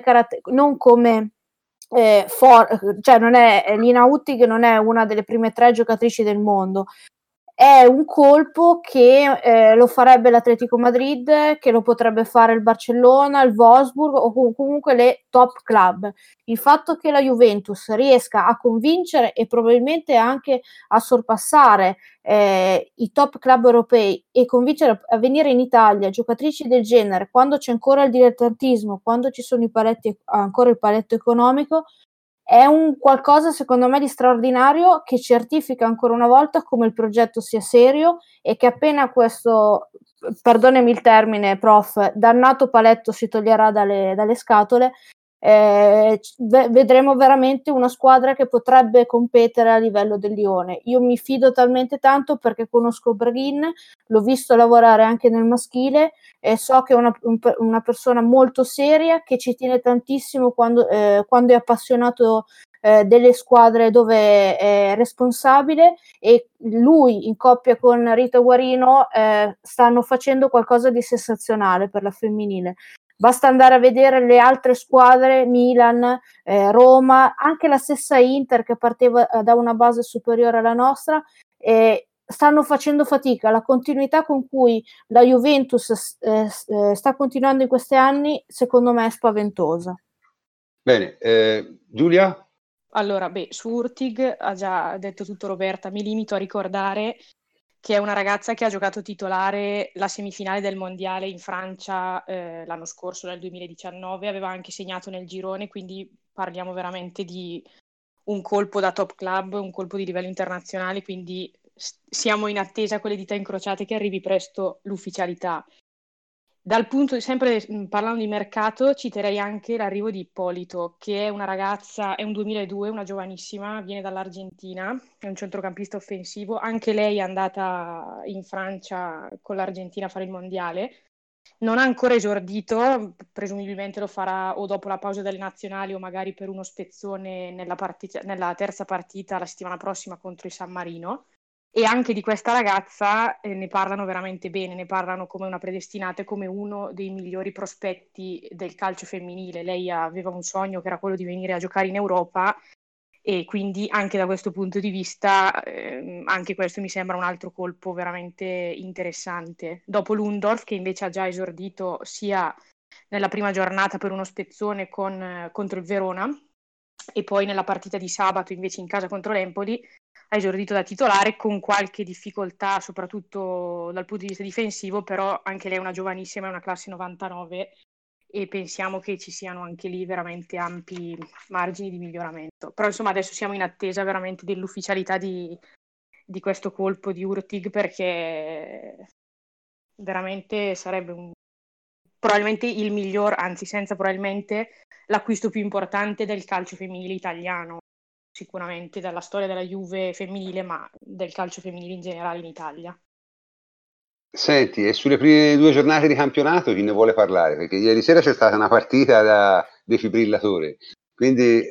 cioè non è Lina Hurtig, non è una delle prime 3 giocatrici del mondo. È un colpo che lo farebbe l'Atletico Madrid, che lo potrebbe fare il Barcellona, il Wolfsburg o comunque le top club. Il fatto che la Juventus riesca a convincere e probabilmente anche a sorpassare i top club europei e convincere a venire in Italia giocatrici del genere quando c'è ancora il dilettantismo, quando ci sono ancora il paletto economico, è un qualcosa secondo me di straordinario, che certifica ancora una volta come il progetto sia serio e che appena questo, perdonami il termine prof, dannato paletto si toglierà dalle scatole, vedremo veramente una squadra che potrebbe competere a livello del Lione. Io mi fido talmente tanto perché conosco Braghin, l'ho visto lavorare anche nel maschile e so che è una persona molto seria, che ci tiene tantissimo quando è appassionato delle squadre dove è responsabile, e lui in coppia con Rita Guarino stanno facendo qualcosa di sensazionale per la femminile. Basta andare a vedere le altre squadre, Milan, Roma, anche la stessa Inter che partiva da una base superiore alla nostra, stanno facendo fatica. La continuità con cui la Juventus sta continuando in questi anni, secondo me, è spaventosa. Bene, Giulia? Allora, su Hurtig ha già detto tutto Roberta, mi limito a ricordare che è una ragazza che ha giocato titolare la semifinale del mondiale in Francia l'anno scorso, nel 2019, aveva anche segnato nel girone, quindi parliamo veramente di un colpo da top club, un colpo di livello internazionale, quindi siamo in attesa con le dita incrociate che arrivi presto l'ufficialità. Dal punto, sempre parlando di mercato, citerei anche l'arrivo di Ippolito, che è una ragazza, è un 2002, una giovanissima, viene dall'Argentina, è un centrocampista offensivo, anche lei è andata in Francia con l'Argentina a fare il mondiale. Non ha ancora esordito, presumibilmente lo farà o dopo la pausa delle nazionali o magari per uno spezzone nella terza partita la settimana prossima contro il San Marino. E anche di questa ragazza ne parlano veramente bene, ne parlano come una predestinata e come uno dei migliori prospetti del calcio femminile. Lei aveva un sogno che era quello di venire a giocare in Europa e quindi anche da questo punto di vista anche questo mi sembra un altro colpo veramente interessante. Dopo Lundorf, che invece ha già esordito sia nella prima giornata per uno spezzone contro il Verona e poi nella partita di sabato invece in casa contro l'Empoli, ha esordito da titolare con qualche difficoltà, soprattutto dal punto di vista difensivo, però anche lei è una giovanissima, è una classe 99 e pensiamo che ci siano anche lì veramente ampi margini di miglioramento. Però insomma adesso siamo in attesa veramente dell'ufficialità di questo colpo di Hurtig, perché veramente sarebbe probabilmente il miglior, anzi senza probabilmente l'acquisto più importante del calcio femminile italiano, sicuramente dalla storia della Juve femminile, ma del calcio femminile in generale in Italia. Senti, e sulle prime 2 giornate di campionato chi ne vuole parlare? Perché ieri sera c'è stata una partita da defibrillatore, quindi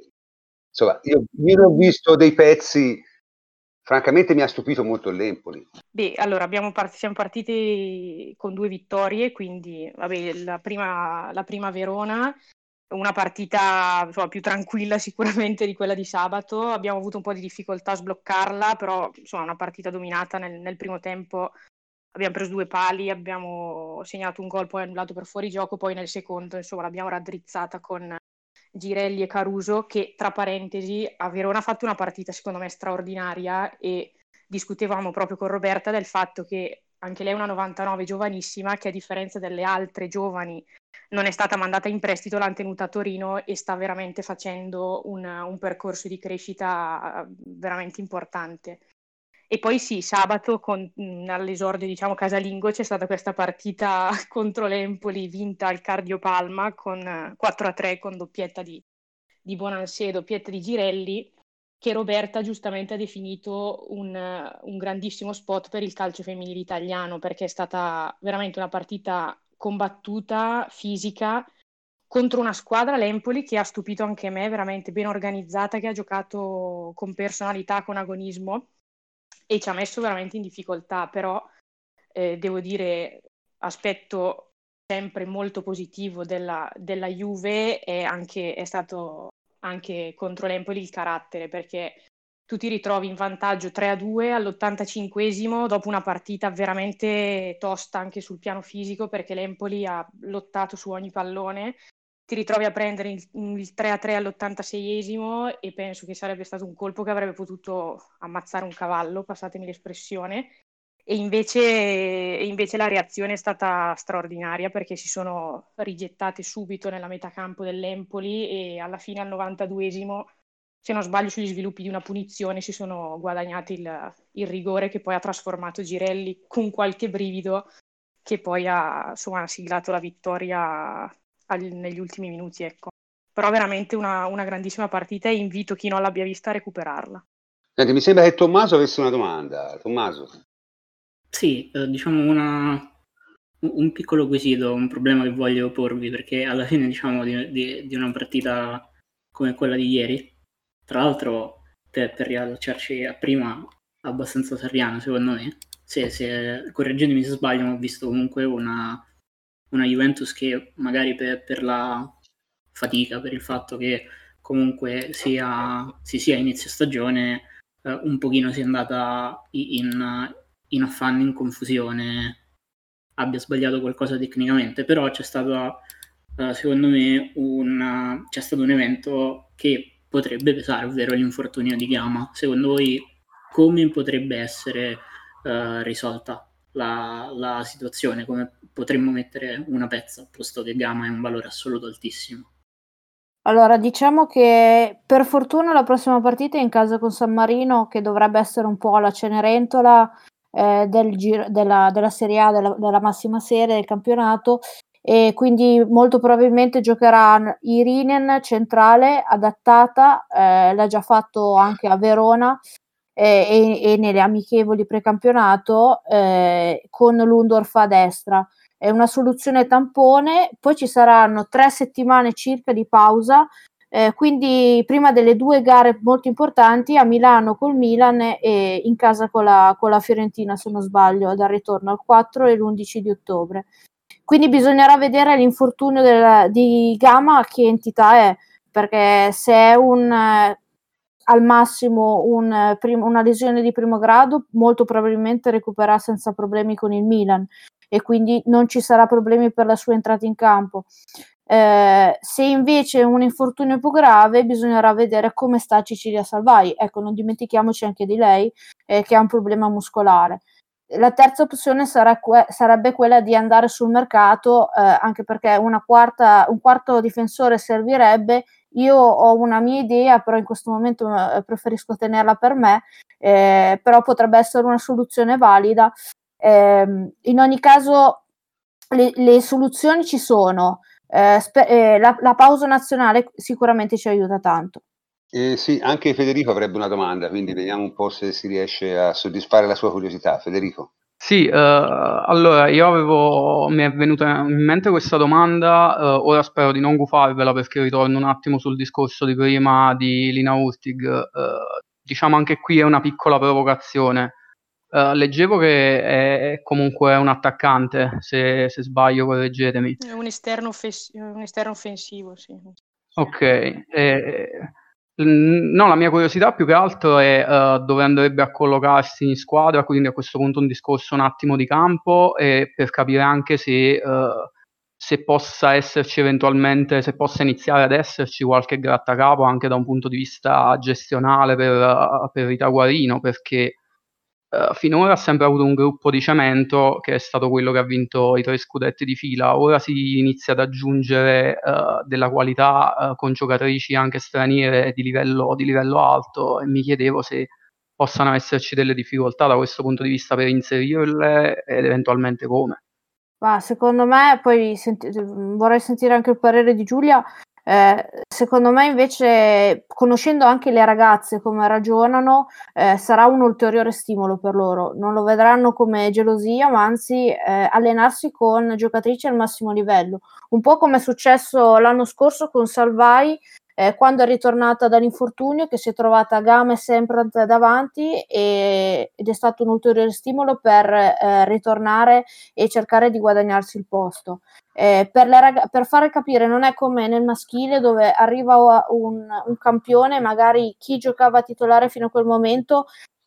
insomma io ne ho visto dei pezzi, francamente mi ha stupito molto l'Empoli. Beh, allora siamo partiti con 2 vittorie, quindi vabbè, la prima Verona, una partita insomma, più tranquilla sicuramente di quella di sabato. Abbiamo avuto un po' di difficoltà a sbloccarla, però insomma una partita dominata nel primo tempo. Abbiamo preso 2 pali, abbiamo segnato un gol poi annullato per fuorigioco, poi nel secondo insomma l'abbiamo raddrizzata con Girelli e Caruso, che tra parentesi a Verona ha fatto una partita secondo me straordinaria, e discutevamo proprio con Roberta del fatto che anche lei è una 99 giovanissima, che a differenza delle altre giovani non è stata mandata in prestito, l'hanno tenuta a Torino e sta veramente facendo un percorso di crescita veramente importante. E poi sì, sabato all'esordio diciamo casalingo c'è stata questa partita contro l'Empoli vinta al Cardiopalma con 4-3 con doppietta di Bonansè, doppietta di Girelli, che Roberta giustamente ha definito un grandissimo spot per il calcio femminile italiano, perché è stata veramente una partita combattuta, fisica, contro una squadra, l'Empoli, che ha stupito anche me, veramente ben organizzata, che ha giocato con personalità, con agonismo, e ci ha messo veramente in difficoltà. Però devo dire, aspetto sempre molto positivo della Juve è stato anche contro l'Empoli il carattere, perché tu ti ritrovi in vantaggio 3-2 all'85esimo dopo una partita veramente tosta anche sul piano fisico, perché l'Empoli ha lottato su ogni pallone. Ti ritrovi a prendere il 3-3 all'86esimo e penso che sarebbe stato un colpo che avrebbe potuto ammazzare un cavallo, passatemi l'espressione. E invece la reazione è stata straordinaria, perché si sono rigettate subito nella metà campo dell'Empoli e alla fine al 92esimo, se non sbaglio sugli sviluppi di una punizione, si sono guadagnati il rigore, che poi ha trasformato Girelli con qualche brivido, che poi ha siglato la vittoria negli ultimi minuti, ecco. Però veramente una grandissima partita, e invito chi non l'abbia vista a recuperarla. Senti, mi sembra che Tommaso avesse una domanda. Tommaso. Sì, diciamo un piccolo quesito, un problema che voglio porvi, perché alla fine diciamo di una partita come quella di ieri, tra l'altro per riallacciarci a prima, abbastanza sarriana secondo me, se correggetemi se sbaglio, ma ho visto comunque una Juventus che magari per la fatica, per il fatto che comunque si sia inizio stagione, un pochino sia andata in affanno, in confusione, abbia sbagliato qualcosa tecnicamente, però c'è stato secondo me c'è stato un evento che potrebbe pesare, ovvero l'infortunio di Gama. Secondo voi come potrebbe essere risolta la situazione, come potremmo mettere una pezza, posto che Gama è un valore assoluto altissimo. Allora, diciamo che per fortuna la prossima partita è in casa con San Marino, che dovrebbe essere un po' la Cenerentola della Serie A, della massima serie del campionato, e quindi molto probabilmente giocherà Irinen centrale, adattata, l'ha già fatto anche a Verona e nelle amichevoli precampionato, con Lundorf a destra. È una soluzione tampone, poi ci saranno 3 settimane circa di pausa, quindi prima delle 2 gare molto importanti a Milano col Milan e in casa con la Fiorentina, se non sbaglio, dal ritorno il 4 e l'11 di ottobre. Quindi bisognerà vedere l'infortunio di Gama che entità è, perché se è al massimo una lesione di primo grado, molto probabilmente recupererà senza problemi con il Milan e quindi non ci sarà problemi per la sua entrata in campo. Se invece è un infortunio più grave, bisognerà vedere come sta Cecilia Salvai. Ecco, non dimentichiamoci anche di lei, che ha un problema muscolare. La terza opzione sarebbe quella di andare sul mercato, anche perché un quarto difensore servirebbe. Io ho una mia idea, però in questo momento preferisco tenerla per me, però potrebbe essere una soluzione valida. In ogni caso le soluzioni ci sono, la pausa nazionale sicuramente ci aiuta tanto. Sì, anche Federico avrebbe una domanda, quindi vediamo un po' se si riesce a soddisfare la sua curiosità. Federico. Sì, allora mi è venuta in mente questa domanda, ora spero di non gufarvela perché ritorno un attimo sul discorso di prima di Lina Hurtig. Diciamo anche qui è una piccola provocazione. Leggevo che è comunque un attaccante, se sbaglio correggetemi. È un esterno offensivo, sì. Ok, no, la mia curiosità più che altro è dove andrebbe a collocarsi in squadra, quindi a questo punto un discorso un attimo di campo e per capire anche se possa esserci eventualmente, se possa iniziare ad esserci qualche grattacapo anche da un punto di vista gestionale per Rita Guarino, perché finora ha sempre avuto un gruppo di cemento che è stato quello che ha vinto i 3 scudetti di fila. Ora si inizia ad aggiungere della qualità con giocatrici anche straniere di livello alto e mi chiedevo se possano esserci delle difficoltà da questo punto di vista per inserirle ed eventualmente come. Ma secondo me, poi vorrei sentire anche il parere di Giulia. Secondo me invece, conoscendo anche le ragazze come ragionano, sarà un ulteriore stimolo per loro. Non lo vedranno come gelosia, ma anzi allenarsi con giocatrici al massimo livello. Un po' come è successo l'anno scorso con Salvai, quando è ritornata dall'infortunio, che si è trovata a Gama e sempre davanti ed è stato un ulteriore stimolo per ritornare e cercare di guadagnarsi il posto. Per fare capire, non è come nel maschile dove arriva un campione, magari chi giocava titolare fino a quel momento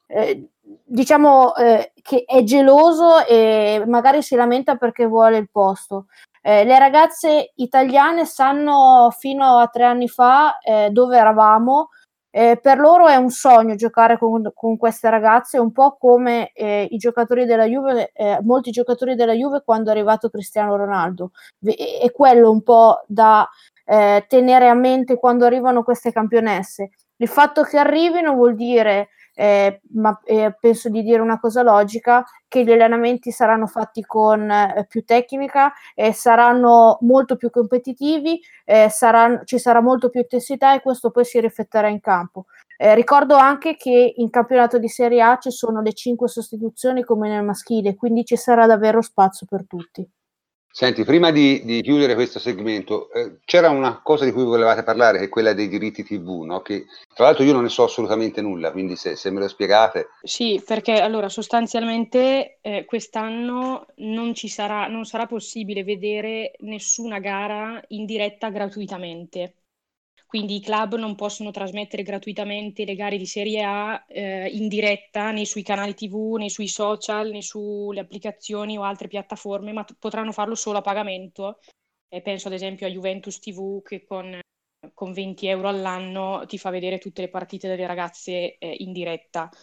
diciamo che è geloso e magari si lamenta perché vuole il posto. Le ragazze italiane sanno fino a 3 anni fa dove eravamo. Per loro è un sogno giocare con queste ragazze, un po' come i giocatori della Juve, molti giocatori della Juve quando è arrivato Cristiano Ronaldo. È quello un po' da tenere a mente quando arrivano queste campionesse. Il fatto che arrivino vuol dire, ma penso di dire una cosa logica, che gli allenamenti saranno fatti con più tecnica, saranno molto più competitivi, ci sarà molto più intensità e questo poi si rifletterà in campo. Ricordo anche che in campionato di Serie A ci sono le 5 sostituzioni come nel maschile, quindi ci sarà davvero spazio per tutti. Senti, prima di chiudere questo segmento, c'era una cosa di cui volevate parlare, che è quella dei diritti TV, no? Che tra l'altro io non ne so assolutamente nulla, quindi se me lo spiegate. Sì, perché allora sostanzialmente quest'anno non sarà possibile vedere nessuna gara in diretta gratuitamente. Quindi i club non possono trasmettere gratuitamente le gare di Serie A in diretta né sui canali TV, né sui social, né sulle applicazioni o altre piattaforme, ma potranno farlo solo a pagamento. Penso ad esempio a Juventus TV che con 20 euro all'anno ti fa vedere tutte le partite delle ragazze in diretta.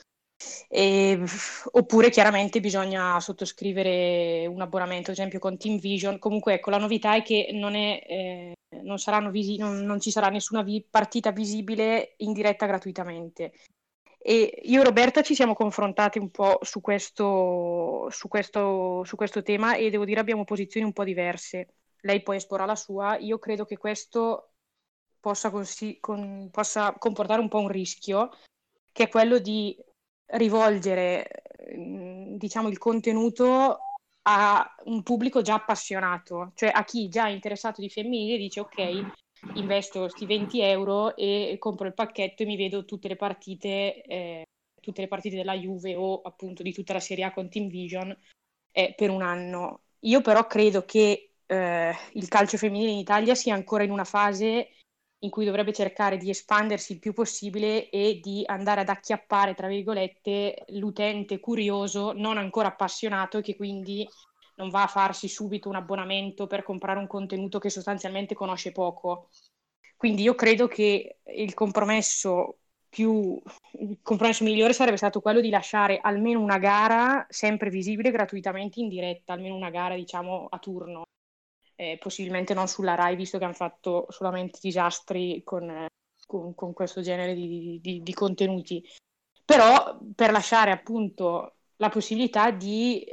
Oppure chiaramente bisogna sottoscrivere un abbonamento, ad esempio con Team Vision. Comunque ecco, la novità è che non ci sarà nessuna partita visibile in diretta gratuitamente. E io e Roberta ci siamo confrontati un po' su questo tema, e devo dire abbiamo posizioni un po' diverse. Lei poi esporrà la sua. Io credo che questo possa comportare un po' un rischio, che è quello di rivolgere, diciamo, il contenuto a un pubblico già appassionato, cioè a chi già è interessato di femminile dice ok, investo sti 20 euro e compro il pacchetto e mi vedo tutte le partite della Juve o appunto di tutta la Serie A con Team Vision per un anno. Io però credo che il calcio femminile in Italia sia ancora in una fase in cui dovrebbe cercare di espandersi il più possibile e di andare ad acchiappare, tra virgolette, l'utente curioso, non ancora appassionato, e che quindi non va a farsi subito un abbonamento per comprare un contenuto che sostanzialmente conosce poco. Quindi io credo che il compromesso migliore sarebbe stato quello di lasciare almeno una gara sempre visibile gratuitamente in diretta, almeno una gara, diciamo, a turno. Possibilmente non sulla Rai, visto che hanno fatto solamente disastri con questo genere di contenuti, però per lasciare appunto la possibilità di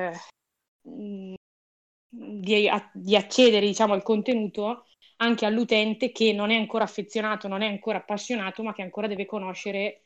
accedere, diciamo, al contenuto anche all'utente che non è ancora affezionato, non è ancora appassionato, ma che ancora deve conoscere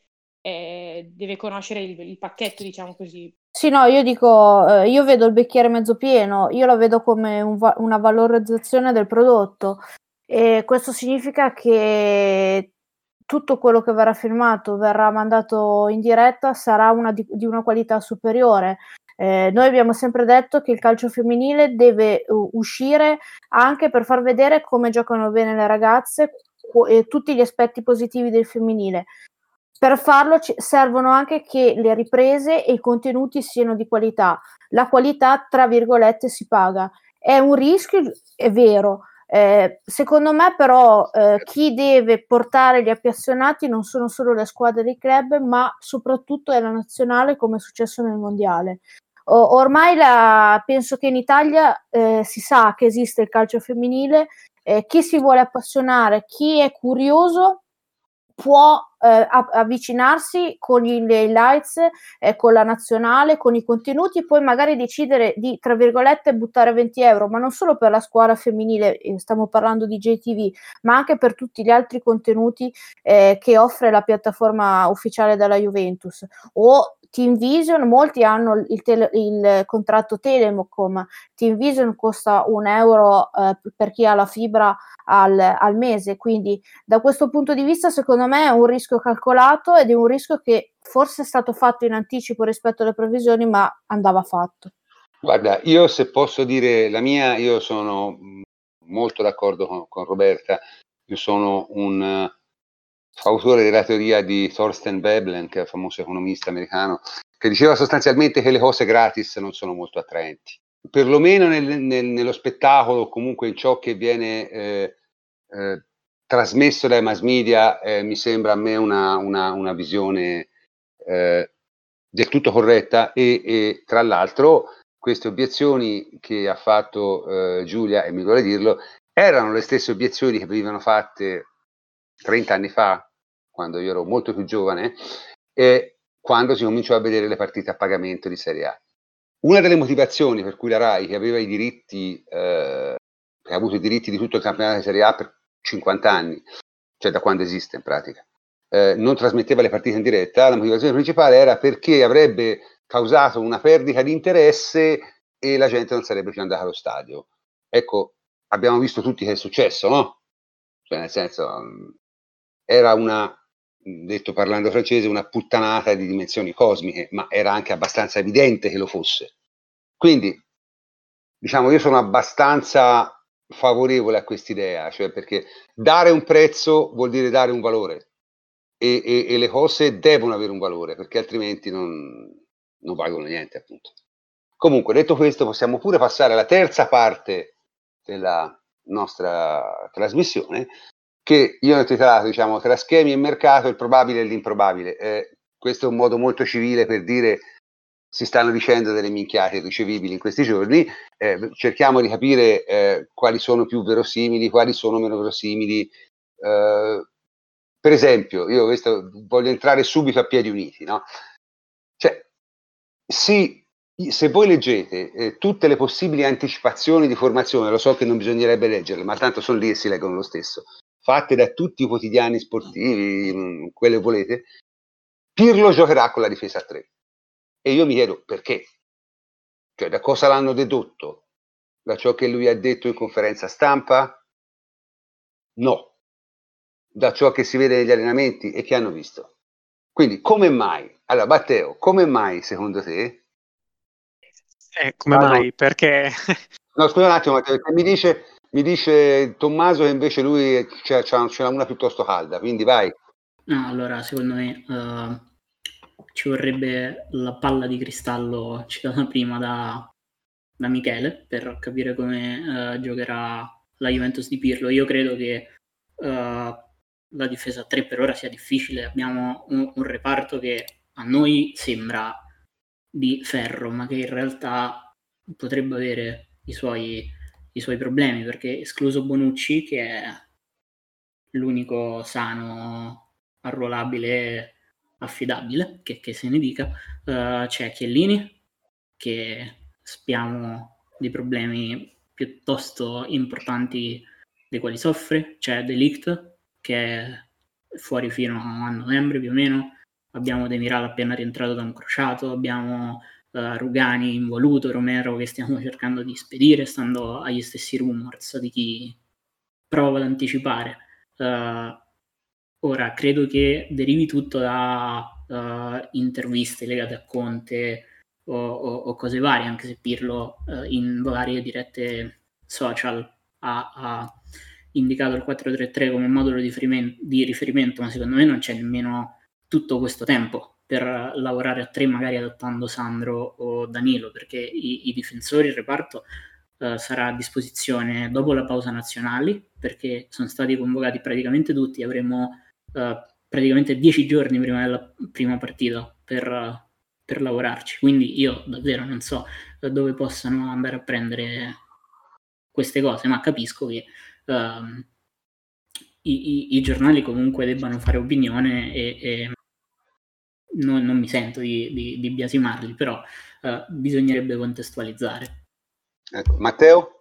il pacchetto, diciamo così. Sì, no, io dico, io vedo il bicchiere mezzo pieno, io lo vedo come una valorizzazione del prodotto, e questo significa che tutto quello che verrà filmato, verrà mandato in diretta, sarà di una qualità superiore. Noi abbiamo sempre detto che il calcio femminile deve uscire anche per far vedere come giocano bene le ragazze e tutti gli aspetti positivi del femminile. Per farlo servono anche che le riprese e i contenuti siano di qualità. La qualità, tra virgolette, si paga. È un rischio, è vero. Secondo me però chi deve portare gli appassionati non sono solo le squadre dei club, ma soprattutto è la nazionale, come è successo nel mondiale. Ormai penso che in Italia si sa che esiste il calcio femminile, chi si vuole appassionare, chi è curioso può avvicinarsi con gli highlights, con la nazionale, con i contenuti, e poi magari decidere di, tra virgolette, buttare 20 euro, ma non solo per la squadra femminile, stiamo parlando di JTV, ma anche per tutti gli altri contenuti che offre la piattaforma ufficiale della Juventus. O Team Vision, molti hanno il contratto Telecom. Team Vision costa €1 per chi ha la fibra al mese, quindi da questo punto di vista secondo me è un rischio calcolato, ed è un rischio che forse è stato fatto in anticipo rispetto alle previsioni, ma andava fatto. Guarda, io se posso dire la mia, io sono molto d'accordo con Roberta. Io sono un fautore della teoria di Thorsten Veblen, che è il famoso economista americano, che diceva sostanzialmente che le cose gratis non sono molto attraenti, perlomeno nello spettacolo, comunque in ciò che viene trasmesso dai mass media. Mi sembra a me una visione del tutto corretta, e tra l'altro queste obiezioni che ha fatto Giulia, e mi vuole dirlo, erano le stesse obiezioni che venivano fatte 30 anni fa, quando io ero molto più giovane, e quando si cominciò a vedere le partite a pagamento di Serie A. Una delle motivazioni per cui la Rai, che aveva i diritti, che ha avuto i diritti di tutto il campionato di Serie A per 50 anni, cioè da quando esiste in pratica, non trasmetteva le partite in diretta, la motivazione principale era perché avrebbe causato una perdita di interesse e la gente non sarebbe più andata allo stadio. Ecco, abbiamo visto tutti che è successo, no? Cioè, nel senso, era detto parlando francese, una puttanata di dimensioni cosmiche, ma era anche abbastanza evidente che lo fosse. Quindi, diciamo, io sono abbastanza favorevole a quest'idea, cioè perché dare un prezzo vuol dire dare un valore, e le cose devono avere un valore, perché altrimenti non valgono niente, appunto. Comunque, detto questo, possiamo pure passare alla terza parte della nostra trasmissione, che io ho intitolato, diciamo, tra schemi e mercato, il probabile e l'improbabile. questo è un modo molto civile per dire si stanno dicendo delle minchiate ricevibili in questi giorni, cerchiamo di capire quali sono più verosimili, quali sono meno verosimili. Per esempio, io voglio entrare subito a piedi uniti, no? Cioè, sì, se voi leggete tutte le possibili anticipazioni di formazione, lo so che non bisognerebbe leggerle, ma tanto sono lì e si leggono lo stesso, fatte da tutti i quotidiani sportivi, quelle volete, Pirlo giocherà con la difesa a 3. E io mi chiedo perché? Cioè, da cosa l'hanno dedotto? Da ciò che lui ha detto in conferenza stampa? No. Da ciò che si vede negli allenamenti e che hanno visto. Quindi, come mai? Allora, Matteo, come mai secondo te? Come mai? Perché... No, scusa un attimo, Matteo, mi dice Tommaso che invece lui ce l'ha una piuttosto calda, quindi vai. No, allora, secondo me ci vorrebbe la palla di cristallo citata prima da Michele per capire come giocherà la Juventus di Pirlo. Io credo che la difesa a 3 per ora sia difficile. Abbiamo un reparto che a noi sembra di ferro, ma che in realtà potrebbe avere i suoi problemi, perché escluso Bonucci, che è l'unico sano, arruolabile, affidabile, che se ne dica, c'è Chiellini, che spiamo di problemi piuttosto importanti dei quali soffre, c'è De Ligt, che è fuori fino a novembre più o meno, abbiamo Demiral appena rientrato da un crociato, abbiamo Rugani involuto, Romero che stiamo cercando di spedire, stando agli stessi rumors di chi prova ad anticipare. Ora, credo che derivi tutto da interviste legate a Conte o cose varie, anche se Pirlo in varie dirette social ha indicato il 4-3-3 come modulo di riferimento, ma secondo me non c'è nemmeno tutto questo tempo per lavorare a 3, magari adattando Sandro o Danilo, perché i difensori, il reparto sarà a disposizione dopo la pausa nazionali, perché sono stati convocati praticamente tutti, avremo praticamente 10 giorni prima della prima partita per lavorarci, quindi io davvero non so dove possano andare a prendere queste cose, ma capisco che i giornali comunque debbano fare opinione e non mi sento di biasimarli, però bisognerebbe contestualizzare. Ecco, Matteo?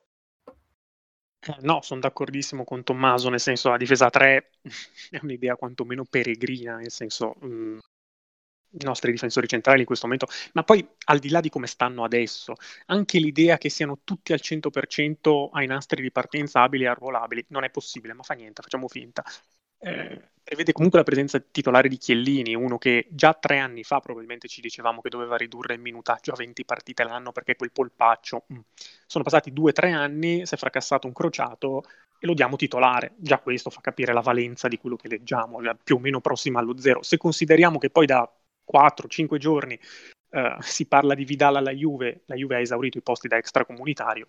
No, sono d'accordissimo con Tommaso, nel senso la difesa a 3 è un'idea quantomeno peregrina, nel senso i nostri difensori centrali in questo momento, ma poi al di là di come stanno adesso, anche l'idea che siano tutti al 100% ai nastri di partenza abili e arruolabili non è possibile, ma fa niente, facciamo finta. Prevede comunque la presenza titolare di Chiellini, uno che già 3 anni fa probabilmente ci dicevamo che doveva ridurre il minutaggio a 20 partite l'anno perché quel polpaccio. Sono passati 2-3 anni, si è fracassato un crociato e lo diamo titolare. Già questo fa capire la valenza di quello che leggiamo, più o meno prossima allo zero. Se consideriamo che poi da 4-5 giorni si parla di Vidal alla Juve, la Juve ha esaurito i posti da extracomunitario,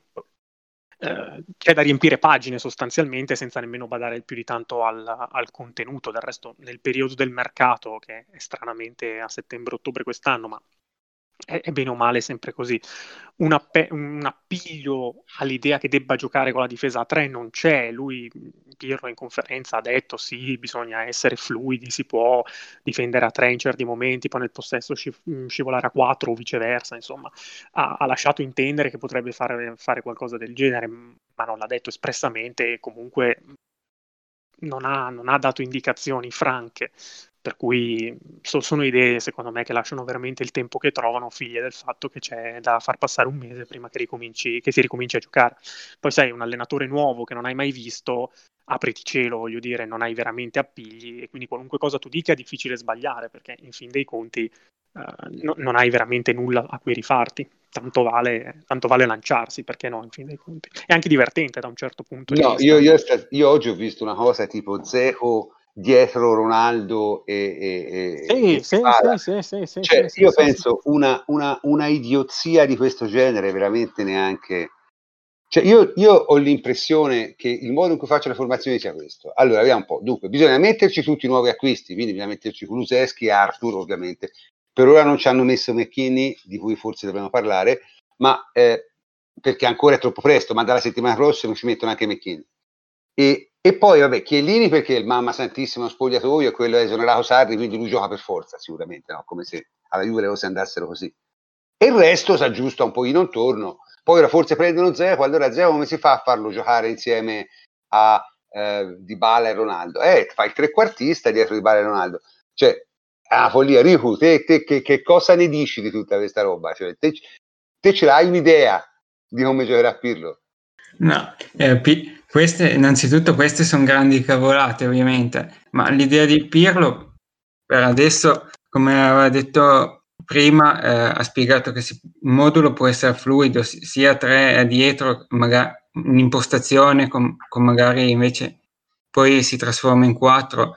c'è da riempire pagine sostanzialmente senza nemmeno badare più di tanto al contenuto. Del resto nel periodo del mercato, che è stranamente a settembre-ottobre quest'anno, ma è bene o male sempre così, un appiglio all'idea che debba giocare con la difesa a 3 non c'è. Lui, Pirlo, in conferenza ha detto sì, bisogna essere fluidi, si può difendere a 3 in certi momenti, poi nel possesso scivolare a 4 o viceversa, insomma ha lasciato intendere che potrebbe fare qualcosa del genere, ma non l'ha detto espressamente e comunque non ha dato indicazioni franche, per cui sono idee secondo me che lasciano veramente il tempo che trovano, figlie del fatto che c'è da far passare un mese prima che si ricominci a giocare. Poi sai, un allenatore nuovo che non hai mai visto, apriti cielo, voglio dire, non hai veramente appigli e quindi qualunque cosa tu dica è difficile sbagliare, perché in fin dei conti non hai veramente nulla a cui rifarti. Tanto vale lanciarsi, perché no, in fin dei conti. È anche divertente da un certo punto di vista. Io oggi ho visto una cosa tipo Dzeko dietro Ronaldo sì, io penso una idiozia di questo genere veramente neanche Cioè io ho l'impressione che il modo in cui faccio le formazioni sia questo. Allora, vediamo un po'. Dunque, bisogna metterci tutti i nuovi acquisti, quindi bisogna metterci Kulusevski e Arthur, ovviamente. Per ora non ci hanno messo McKinney, di cui forse dovremmo parlare, ma perché ancora è troppo presto, ma dalla settimana prossima ci mettono anche McKinney. E poi, vabbè, Chiellini perché il mamma santissimo spogliatoio e quello è esonerato Sarri, quindi lui gioca per forza, sicuramente, no? Come se alla Juve le cose andassero così. E il resto si aggiusta un pochino intorno. Poi ora forse prendono Dzeko, allora Dzeko come si fa a farlo giocare insieme a Dybala e Ronaldo? Fa il trequartista dietro Dybala e Ronaldo. Cioè, è una follia. Riku, te che cosa ne dici di tutta questa roba? Cioè, te ce l'hai un'idea di come giocherà Pirlo? No, innanzitutto queste sono grandi cavolate ovviamente, ma l'idea di Pirlo per adesso, come aveva detto prima, ha spiegato che il modulo può essere fluido, sia 3 dietro, magari un'impostazione con magari invece poi si trasforma in 4.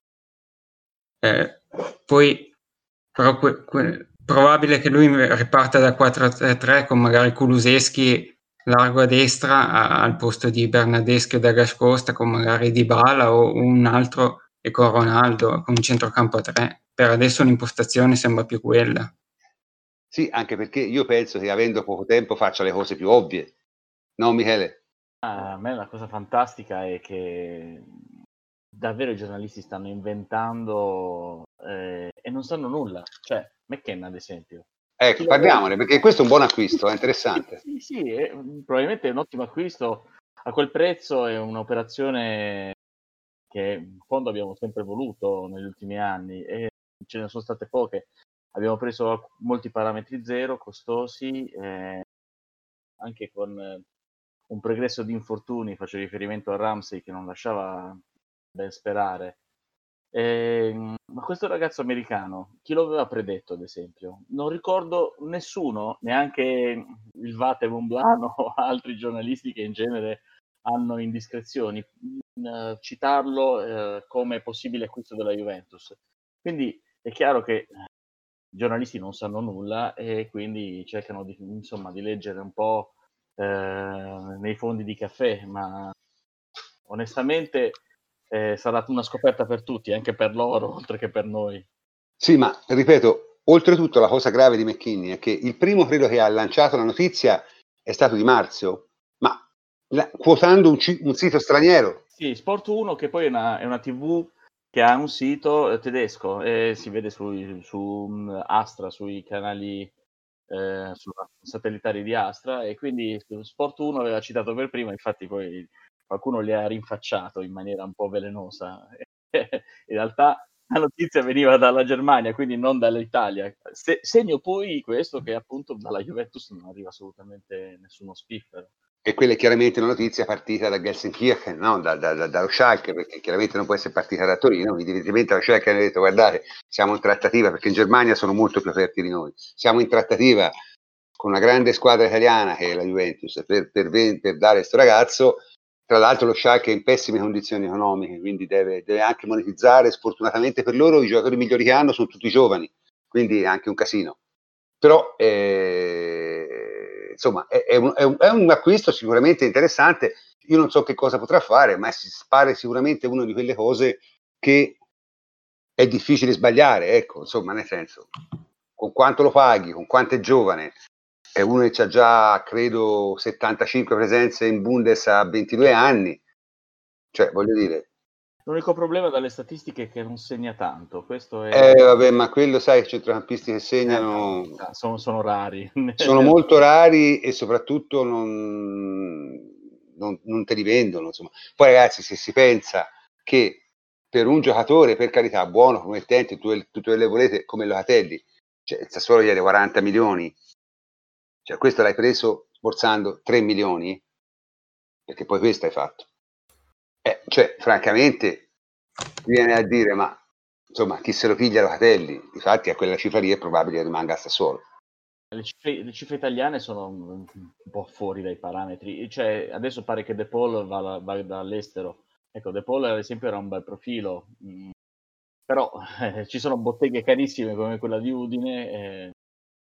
Poi però probabile che lui riparta da 4-3-3 con magari Kulusevski largo a destra al posto di Bernardeschi o Douglas Costa, con magari Dybala o un altro e con Ronaldo con un centrocampo a 3. Per adesso l'impostazione sembra più quella. Sì, anche perché io penso che avendo poco tempo faccia le cose più ovvie, no Michele? A me la cosa fantastica è che davvero i giornalisti stanno inventando e non sanno nulla. Cioè, McKenna ad esempio. Ecco, parliamone, perché questo è un buon acquisto, è interessante. Sì, probabilmente è un ottimo acquisto. A quel prezzo è un'operazione che in fondo abbiamo sempre voluto negli ultimi anni e ce ne sono state poche. Abbiamo preso molti parametri zero, costosi, anche con un pregresso di infortuni, faccio riferimento a Ramsey che non lasciava ben sperare. Ma questo ragazzo americano, chi lo aveva predetto ad esempio? Non ricordo nessuno, neanche il Vate Monblano o altri giornalisti che in genere hanno indiscrezioni, citarlo come possibile acquisto della Juventus. Quindi è chiaro che i giornalisti non sanno nulla e quindi cercano di leggere un po' nei fondi di caffè, ma onestamente sarà una scoperta per tutti, anche per loro, oltre che per noi. Sì, ma ripeto, oltretutto la cosa grave di McKinney è che il primo credo che ha lanciato la notizia è stato Di Marzio, ma quotando un sito straniero. Sì, Sport 1 che poi è una TV che ha un sito tedesco e si vede su Astra, sui canali satellitari di Astra e quindi Sport 1 aveva citato per prima, infatti poi qualcuno li ha rinfacciato in maniera un po' velenosa. In realtà la notizia veniva dalla Germania, quindi non dall'Italia. Segno poi questo che appunto dalla Juventus non arriva assolutamente nessuno spiffero. E quella è chiaramente una notizia partita da Gelsenkirchen, no? dallo Schalke, perché chiaramente non può essere partita da Torino, evidentemente lo Schalke hanno detto guardate, siamo in trattativa, perché in Germania sono molto più aperti di noi, siamo in trattativa con una grande squadra italiana che è la Juventus per dare questo ragazzo. Tra l'altro lo Schalke è in pessime condizioni economiche, quindi deve anche monetizzare. Sfortunatamente per loro i giocatori migliori che hanno sono tutti giovani, quindi è anche un casino. Però insomma è un acquisto sicuramente interessante. Io non so che cosa potrà fare, ma si pare sicuramente una di quelle cose che è difficile sbagliare, ecco, insomma, nel senso, con quanto lo paghi, con quanto è giovane, è uno che ha già, credo, 75 presenze in Bundes a 22 anni, cioè, voglio dire. L'unico problema dalle statistiche è che non segna tanto, questo è... vabbè, ma quello, sai, i centrocampisti che segnano... sono rari. Sono molto rari e soprattutto non te li vendono, insomma. Poi ragazzi, se si pensa che per un giocatore, per carità, buono, promettente, tutte le volete, come Locatelli, cioè il Sassuolo gli ha 40 milioni, cioè questo l'hai preso sborsando 3 milioni, perché poi questo hai fatto. Cioè, francamente, viene a dire, ma insomma, chi se lo piglia Locatelli? Difatti a quella cifra lì è probabile che rimanga a Sassuolo. Le cifre italiane sono un po' fuori dai parametri, cioè adesso pare che De Paul va dall'estero. Ecco, De Paul ad esempio era un bel profilo, però ci sono botteghe carissime come quella di Udine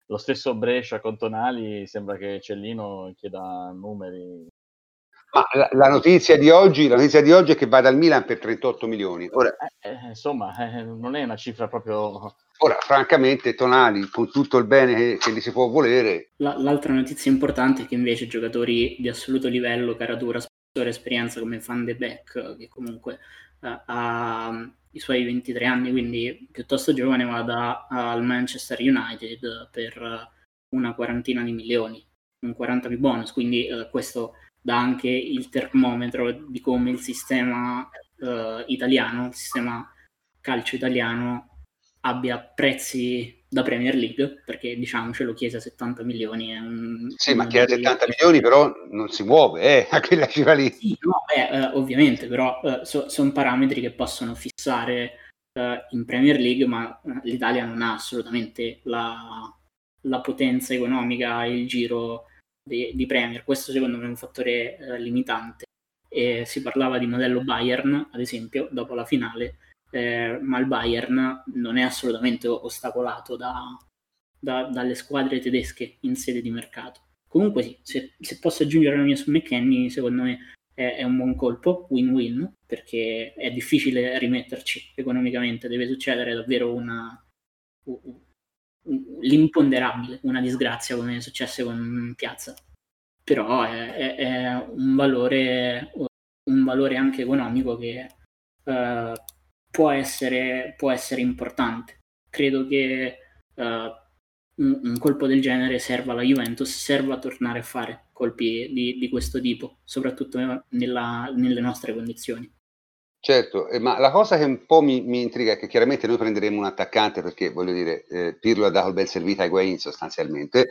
Lo stesso Brescia con Tonali, sembra che Cellino chieda numeri. Ma la notizia di oggi è che va dal Milan per 38 milioni. Ora, insomma, non è una cifra proprio... Ora, francamente, Tonali, con tutto il bene che gli si può volere... L'altra notizia importante è che invece giocatori di assoluto livello, caratura, spessore, esperienza come Van de Beek, che comunque ha i suoi 23 anni, quindi piuttosto giovane, vada al Manchester United per una quarantina di milioni, un 40 più bonus, quindi questo dà anche il termometro di come il sistema italiano, il sistema calcio italiano abbia prezzi da Premier League, perché diciamocelo, Chiesa 70 milioni è un... Sì, ma Chiesa 70 milioni però non si muove a quella cifra lì. Sì, no, ovviamente, però sono parametri che possono fissare in Premier League, ma l'Italia non ha assolutamente la potenza economica e il giro di Premier. Questo secondo me è un fattore limitante. Si parlava di modello Bayern, ad esempio, dopo la finale, ma il Bayern non è assolutamente ostacolato dalle squadre tedesche in sede di mercato. Comunque sì, se posso aggiungere la mia su McKennie, secondo me è un buon colpo, win-win, perché è difficile rimetterci economicamente, deve succedere davvero l'imponderabile, una disgrazia come è successo con Piazza, però è un valore anche economico che può essere importante. Credo che un colpo del genere serva alla Juventus, serva a tornare a fare colpi di questo tipo, soprattutto nelle nostre condizioni. Certo, ma la cosa che un po' mi intriga è che chiaramente noi prenderemo un attaccante, perché voglio dire, Pirlo ha dato il bel servito a Higuain sostanzialmente.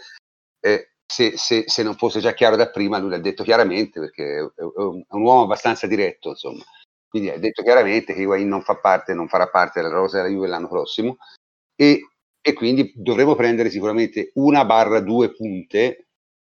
Se non fosse già chiaro da prima, lui l'ha detto chiaramente, perché è un uomo abbastanza diretto, insomma. Quindi ha detto chiaramente che Higuain non farà parte della rosa della Juve l'anno prossimo, e quindi dovremo prendere sicuramente 1/2 punte,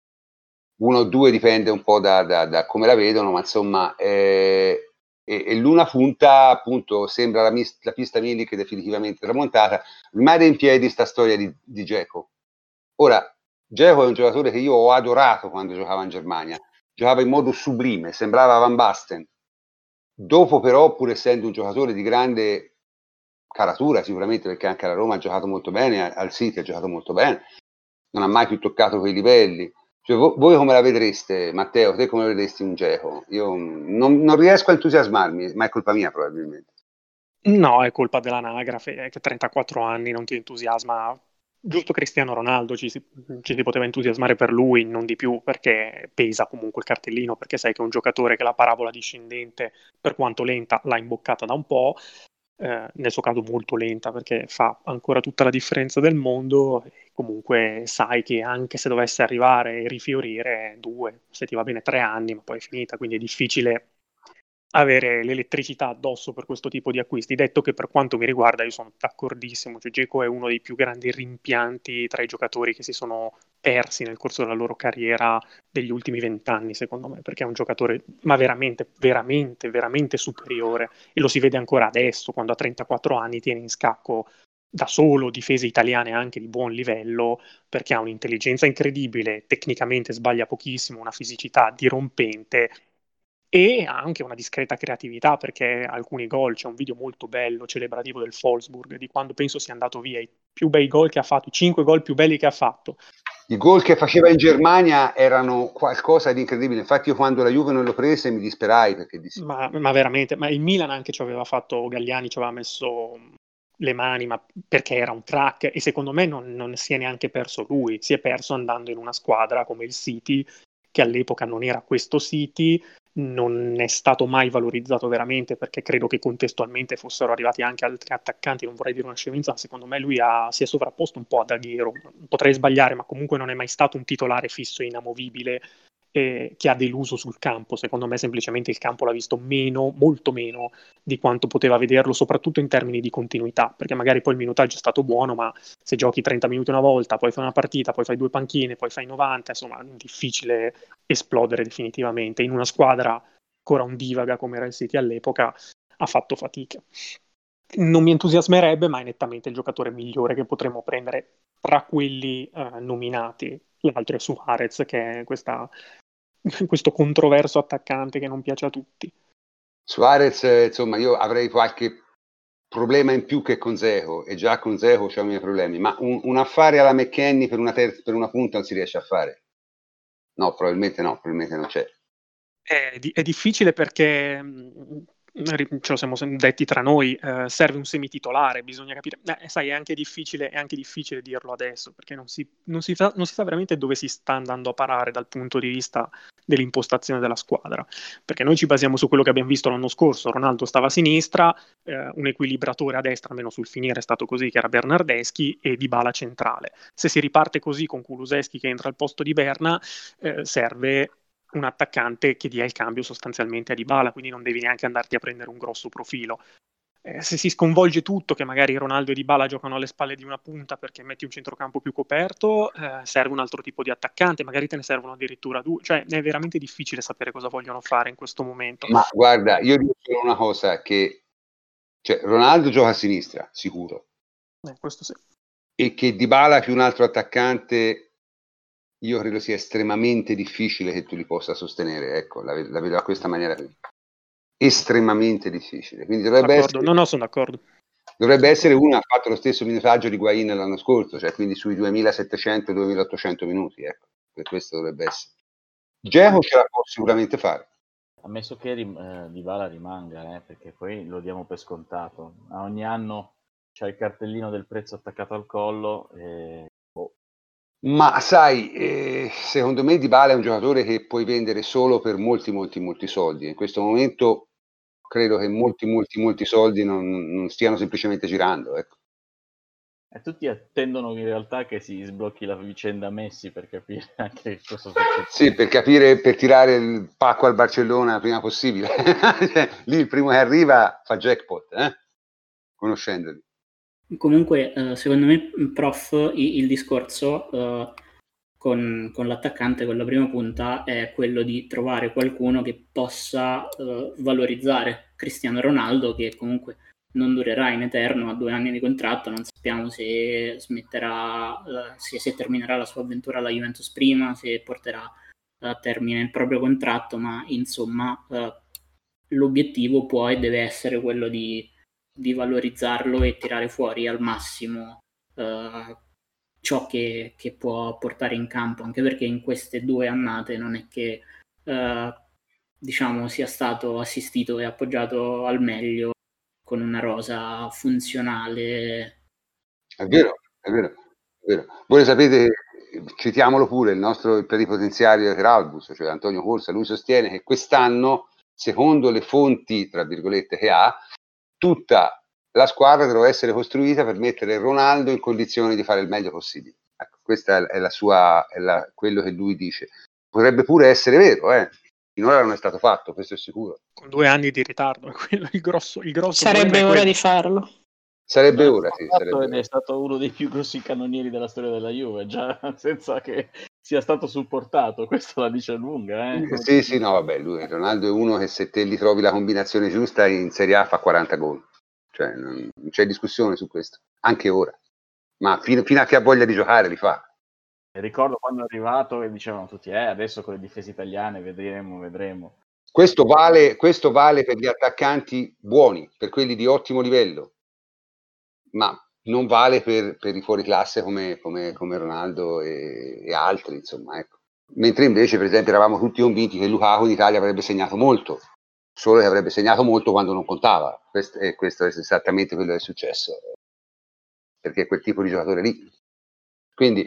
1 o 2 dipende un po' da come la vedono, ma insomma e l'una punta appunto sembra la pista Milik definitivamente tramontata. Rimane in piedi sta storia di Dzeko. Ora, Dzeko è un giocatore che io ho adorato quando giocava in Germania, giocava in modo sublime, sembrava Van Basten. Dopo però, pur essendo un giocatore di grande caratura sicuramente, perché anche alla Roma ha giocato molto bene, al City ha giocato molto bene, non ha mai più toccato quei livelli. Cioè, voi come la vedreste, Matteo? Te come la vedresti un Dzeko? Io non riesco a entusiasmarmi, ma è colpa mia probabilmente. No, è colpa dell'anagrafe, che 34 anni non ti entusiasma. Giusto Cristiano Ronaldo ci si poteva entusiasmare per lui, non di più, perché pesa comunque il cartellino, perché sai che è un giocatore che la parabola discendente, per quanto lenta, l'ha imboccata da un po', nel suo caso molto lenta, perché fa ancora tutta la differenza del mondo, e comunque sai che anche se dovesse arrivare e rifiorire 2, se ti va bene 3 anni, ma poi è finita, quindi è difficile avere l'elettricità addosso per questo tipo di acquisti. Detto che per quanto mi riguarda io sono d'accordissimo, cioè Dzeko è uno dei più grandi rimpianti tra i giocatori che si sono persi nel corso della loro carriera degli ultimi 20 anni, secondo me, perché è un giocatore ma veramente, veramente, veramente superiore, e lo si vede ancora adesso, quando a 34 anni tiene in scacco da solo difese italiane anche di buon livello, perché ha un'intelligenza incredibile, tecnicamente sbaglia pochissimo, una fisicità dirompente, e ha anche una discreta creatività, perché alcuni gol, c'è un video molto bello, celebrativo del Wolfsburg, di quando penso sia andato via, i più bei gol che ha fatto, i 5 gol più belli che ha fatto. I gol che faceva in Germania erano qualcosa di incredibile, infatti io quando la Juve non lo prese mi disperai, perché dissi... Ma veramente, ma il Milan anche ci aveva fatto, Galliani ci aveva messo le mani, ma perché era un crack, e secondo me non si è neanche perso lui, si è perso andando in una squadra come il City, che all'epoca non era questo City, non è stato mai valorizzato veramente, perché credo che contestualmente fossero arrivati anche altri attaccanti, non vorrei dire una scemenza, ma secondo me lui si è sovrapposto un po' ad Agüero, potrei sbagliare, ma comunque non è mai stato un titolare fisso e inamovibile, che ha deluso sul campo. Secondo me semplicemente il campo l'ha visto molto meno di quanto poteva vederlo, soprattutto in termini di continuità, perché magari poi il minutaggio è stato buono, ma se giochi 30 minuti una volta, poi fai una partita, poi fai 2 panchine, poi fai 90, insomma è difficile esplodere definitivamente. In una squadra ancora ondivaga come era il City all'epoca ha fatto fatica. Non mi entusiasmerebbe, ma è nettamente il giocatore migliore che potremmo prendere tra quelli nominati. L'altro è Suarez, che è questo controverso attaccante che non piace a tutti. Suarez, insomma, io avrei qualche problema in più che con Dzeko, e già con Dzeko c'ho i miei problemi, ma un affare alla McKennie per una punta non si riesce a fare. No, probabilmente non c'è. È difficile perché, ce lo siamo detti tra noi, serve un semititolare, bisogna capire. Sai, è anche difficile dirlo adesso, perché non si sa veramente dove si sta andando a parare dal punto di vista dell'impostazione della squadra, perché noi ci basiamo su quello che abbiamo visto l'anno scorso. Ronaldo stava a sinistra, un equilibratore a destra, almeno sul finire è stato così, che era Bernardeschi, e Dybala centrale. Se si riparte così con Kulusevski che entra al posto di Berna, serve un attaccante che dia il cambio sostanzialmente a Dybala, quindi non devi neanche andarti a prendere un grosso profilo. Se si sconvolge tutto, che magari Ronaldo e Dybala giocano alle spalle di una punta perché metti un centrocampo più coperto, serve un altro tipo di attaccante, magari te ne servono addirittura due, cioè è veramente difficile sapere cosa vogliono fare in questo momento. Ma guarda, io dico solo una cosa, che Ronaldo gioca a sinistra, sicuro, Questo sì. e che Dybala più un altro attaccante io credo sia estremamente difficile che tu li possa sostenere, ecco, la vedo a questa maniera qui. Estremamente difficile, quindi dovrebbe essere, sono d'accordo. Dovrebbe essere uno ha fatto lo stesso minutaggio di Higuaín l'anno scorso, cioè quindi sui 2700-2800 minuti, ecco, per questo dovrebbe essere. Dzeko ce la può sicuramente fare. Ammesso che Dybala rimanga, perché poi lo diamo per scontato. Ogni anno c'è il cartellino del prezzo attaccato al collo. Ma sai, secondo me Dybala è un giocatore che puoi vendere solo per molti soldi. In questo momento credo che molti soldi non stiano semplicemente girando, ecco. E tutti attendono in realtà che si sblocchi la vicenda Messi per capire anche cosa succede. Sì, per capire, per tirare il pacco al Barcellona prima possibile. Lì il primo che arriva fa jackpot, conoscendoli. Comunque, secondo me, prof, il discorso con l'attaccante, con la prima punta, è quello di trovare qualcuno che possa valorizzare Cristiano Ronaldo, che comunque non durerà in eterno, ha 2 anni di contratto, non sappiamo se smetterà, se terminerà la sua avventura alla Juventus prima, se porterà a termine il proprio contratto, ma insomma l'obiettivo può e deve essere quello di valorizzarlo e tirare fuori al massimo ciò che può portare in campo, anche perché in queste 2 annate non è che diciamo sia stato assistito e appoggiato al meglio con una rosa funzionale. È vero. Voi sapete, citiamolo pure, il plenipotenziario Heraldus, cioè Antonio Corsa, lui sostiene che quest'anno, secondo le fonti, tra virgolette, che ha, tutta la squadra dovrà essere costruita per mettere Ronaldo in condizioni di fare il meglio possibile. Ecco, questa è quello che lui dice. Potrebbe pure essere vero, finora non è stato fatto, questo è sicuro. Con 2 anni di ritardo, il grosso sarebbe ora di farlo. Sarebbe ora, sì. Ed è stato uno dei più grossi cannonieri della storia della Juve, già senza che sia stato supportato, questo la dice lunga. Sì, no, vabbè, Ronaldo è uno che se te gli trovi la combinazione giusta in Serie A fa 40 gol, cioè non c'è discussione su questo, anche ora, ma fino a che ha voglia di giocare li fa. Ricordo quando è arrivato e dicevano tutti, adesso con le difese italiane vedremo. Questo vale per gli attaccanti buoni, per quelli di ottimo livello, ma non vale per i fuoriclasse come Ronaldo e altri, insomma, ecco. Mentre invece, per esempio, eravamo tutti convinti che Lukaku in Italia avrebbe segnato molto, solo che avrebbe segnato molto quando non contava. Questo è esattamente quello che è successo, perché è quel tipo di giocatore lì. Quindi,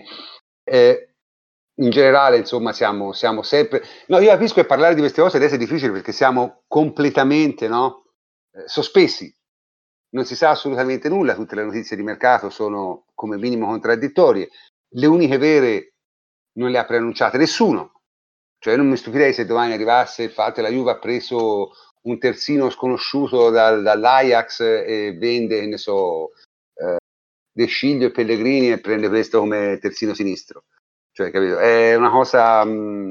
in generale, insomma, siamo sempre... No, io capisco che parlare di queste cose adesso è difficile perché siamo completamente sospesi. Non si sa assolutamente nulla, tutte le notizie di mercato sono come minimo contraddittorie. Le uniche vere non le ha preannunciate nessuno. Cioè non mi stupirei se domani arrivasse il fatto che la Juve ha preso un terzino sconosciuto dall'Ajax e vende, che ne so, De Sciglio e Pellegrini e prende questo come terzino sinistro. Cioè, capito? È una cosa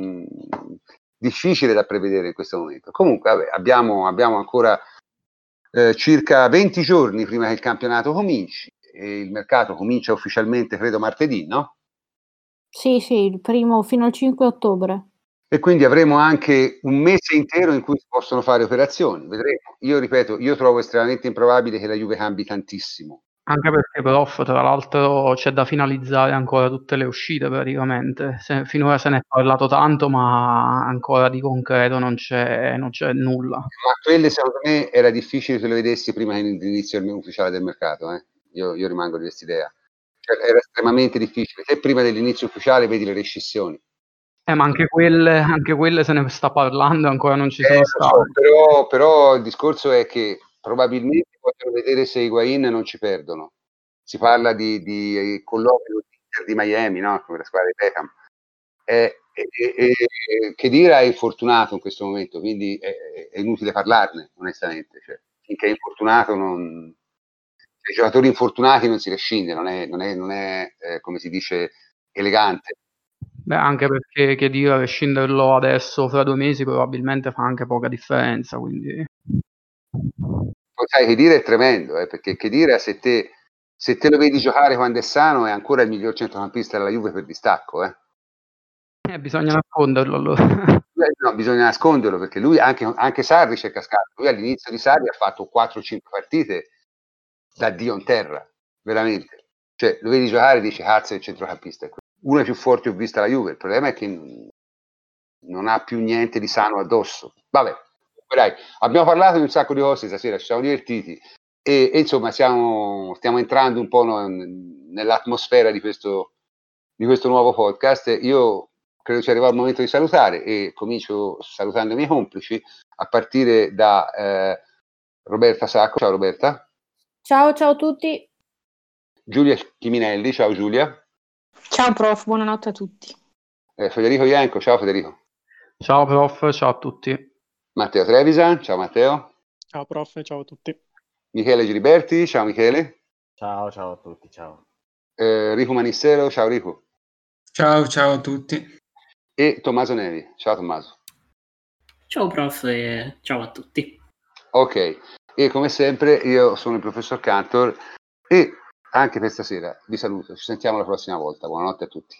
difficile da prevedere in questo momento. Comunque, vabbè, abbiamo ancora circa 20 giorni prima che il campionato cominci il mercato comincia ufficialmente, credo, martedì, no? Sì, il primo fino al 5 ottobre. E quindi avremo anche un mese intero in cui si possono fare operazioni, vedremo. Io ripeto, io trovo estremamente improbabile che la Juve cambi tantissimo. Anche perché prof, tra l'altro c'è da finalizzare ancora tutte le uscite praticamente. Finora se ne è parlato tanto, ma ancora di concreto non c'è nulla. Ma quelle secondo me era difficile che le vedessi prima dell'inizio ufficiale del mercato. Io rimango di questa idea. Cioè, era estremamente difficile. Se prima dell'inizio ufficiale vedi le rescissioni. Ma anche quelle se ne sta parlando, ancora non ci sono state. Però il discorso è che probabilmente vogliono vedere se Higuaín non ci perdono. Si parla di colloquio di Miami, no? Come la squadra di Beckham. Khedira è infortunato in questo momento, quindi è inutile parlarne, onestamente. Cioè, finché è infortunato, i giocatori infortunati non si rescinde, non è come si dice, elegante. Beh, anche perché Khedira rescinderlo adesso fra 2 mesi probabilmente fa anche poca differenza, quindi... Sai, Khedira è tremendo, perché Khedira se te lo vedi giocare quando è sano è ancora il miglior centrocampista della Juve per distacco. Bisogna nasconderlo allora. No, bisogna nasconderlo, perché lui, anche Sarri c'è cascato. Lui all'inizio di Sarri ha fatto 4-5 partite da Dio in terra, veramente. Cioè, lo vedi giocare e dici, cazzo, è il centrocampista. Uno dei più forti ho visto la Juve, il problema è che non ha più niente di sano addosso. Vabbè, dai, abbiamo parlato di un sacco di cose stasera, ci siamo divertiti e insomma stiamo entrando un po' nell'atmosfera di questo nuovo podcast. Io credo sia arrivato il momento di salutare e comincio salutando i miei complici, a partire da Roberta Sacco. Ciao Roberta. Ciao a tutti. Giulia Chiminelli, ciao Giulia. Ciao prof, buonanotte a tutti. Federico Ianco, ciao Federico. Ciao prof, ciao a tutti. Matteo Trevisan, ciao Matteo. Ciao prof, ciao a tutti. Michele Giliberti, ciao Michele. Ciao a tutti, ciao. Rico Manissero, ciao Rico. Ciao a tutti. E Tommaso Nevi, ciao Tommaso. Ciao prof e ciao a tutti. Ok, e come sempre io sono il professor Cantor e anche per stasera vi saluto, ci sentiamo la prossima volta, buonanotte a tutti.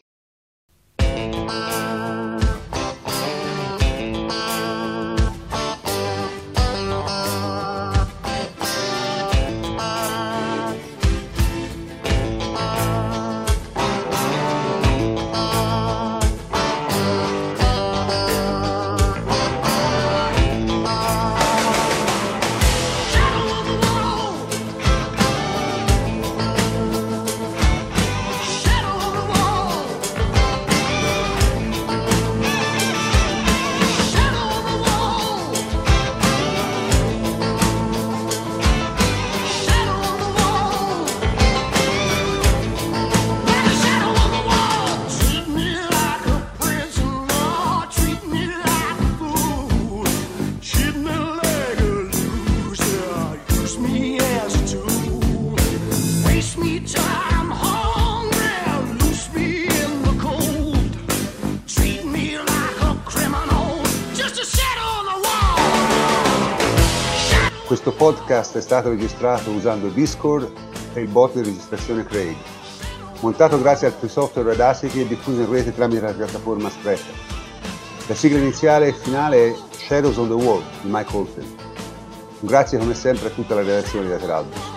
Questo podcast è stato registrato usando Discord e il bot di registrazione Craig, montato grazie al free software Audacity e diffuso in rete tramite la piattaforma Spreaker. La sigla iniziale e finale è Shadows on the Wall di Mike Oldfield. Grazie come sempre a tutta la redazione di Lateralbus.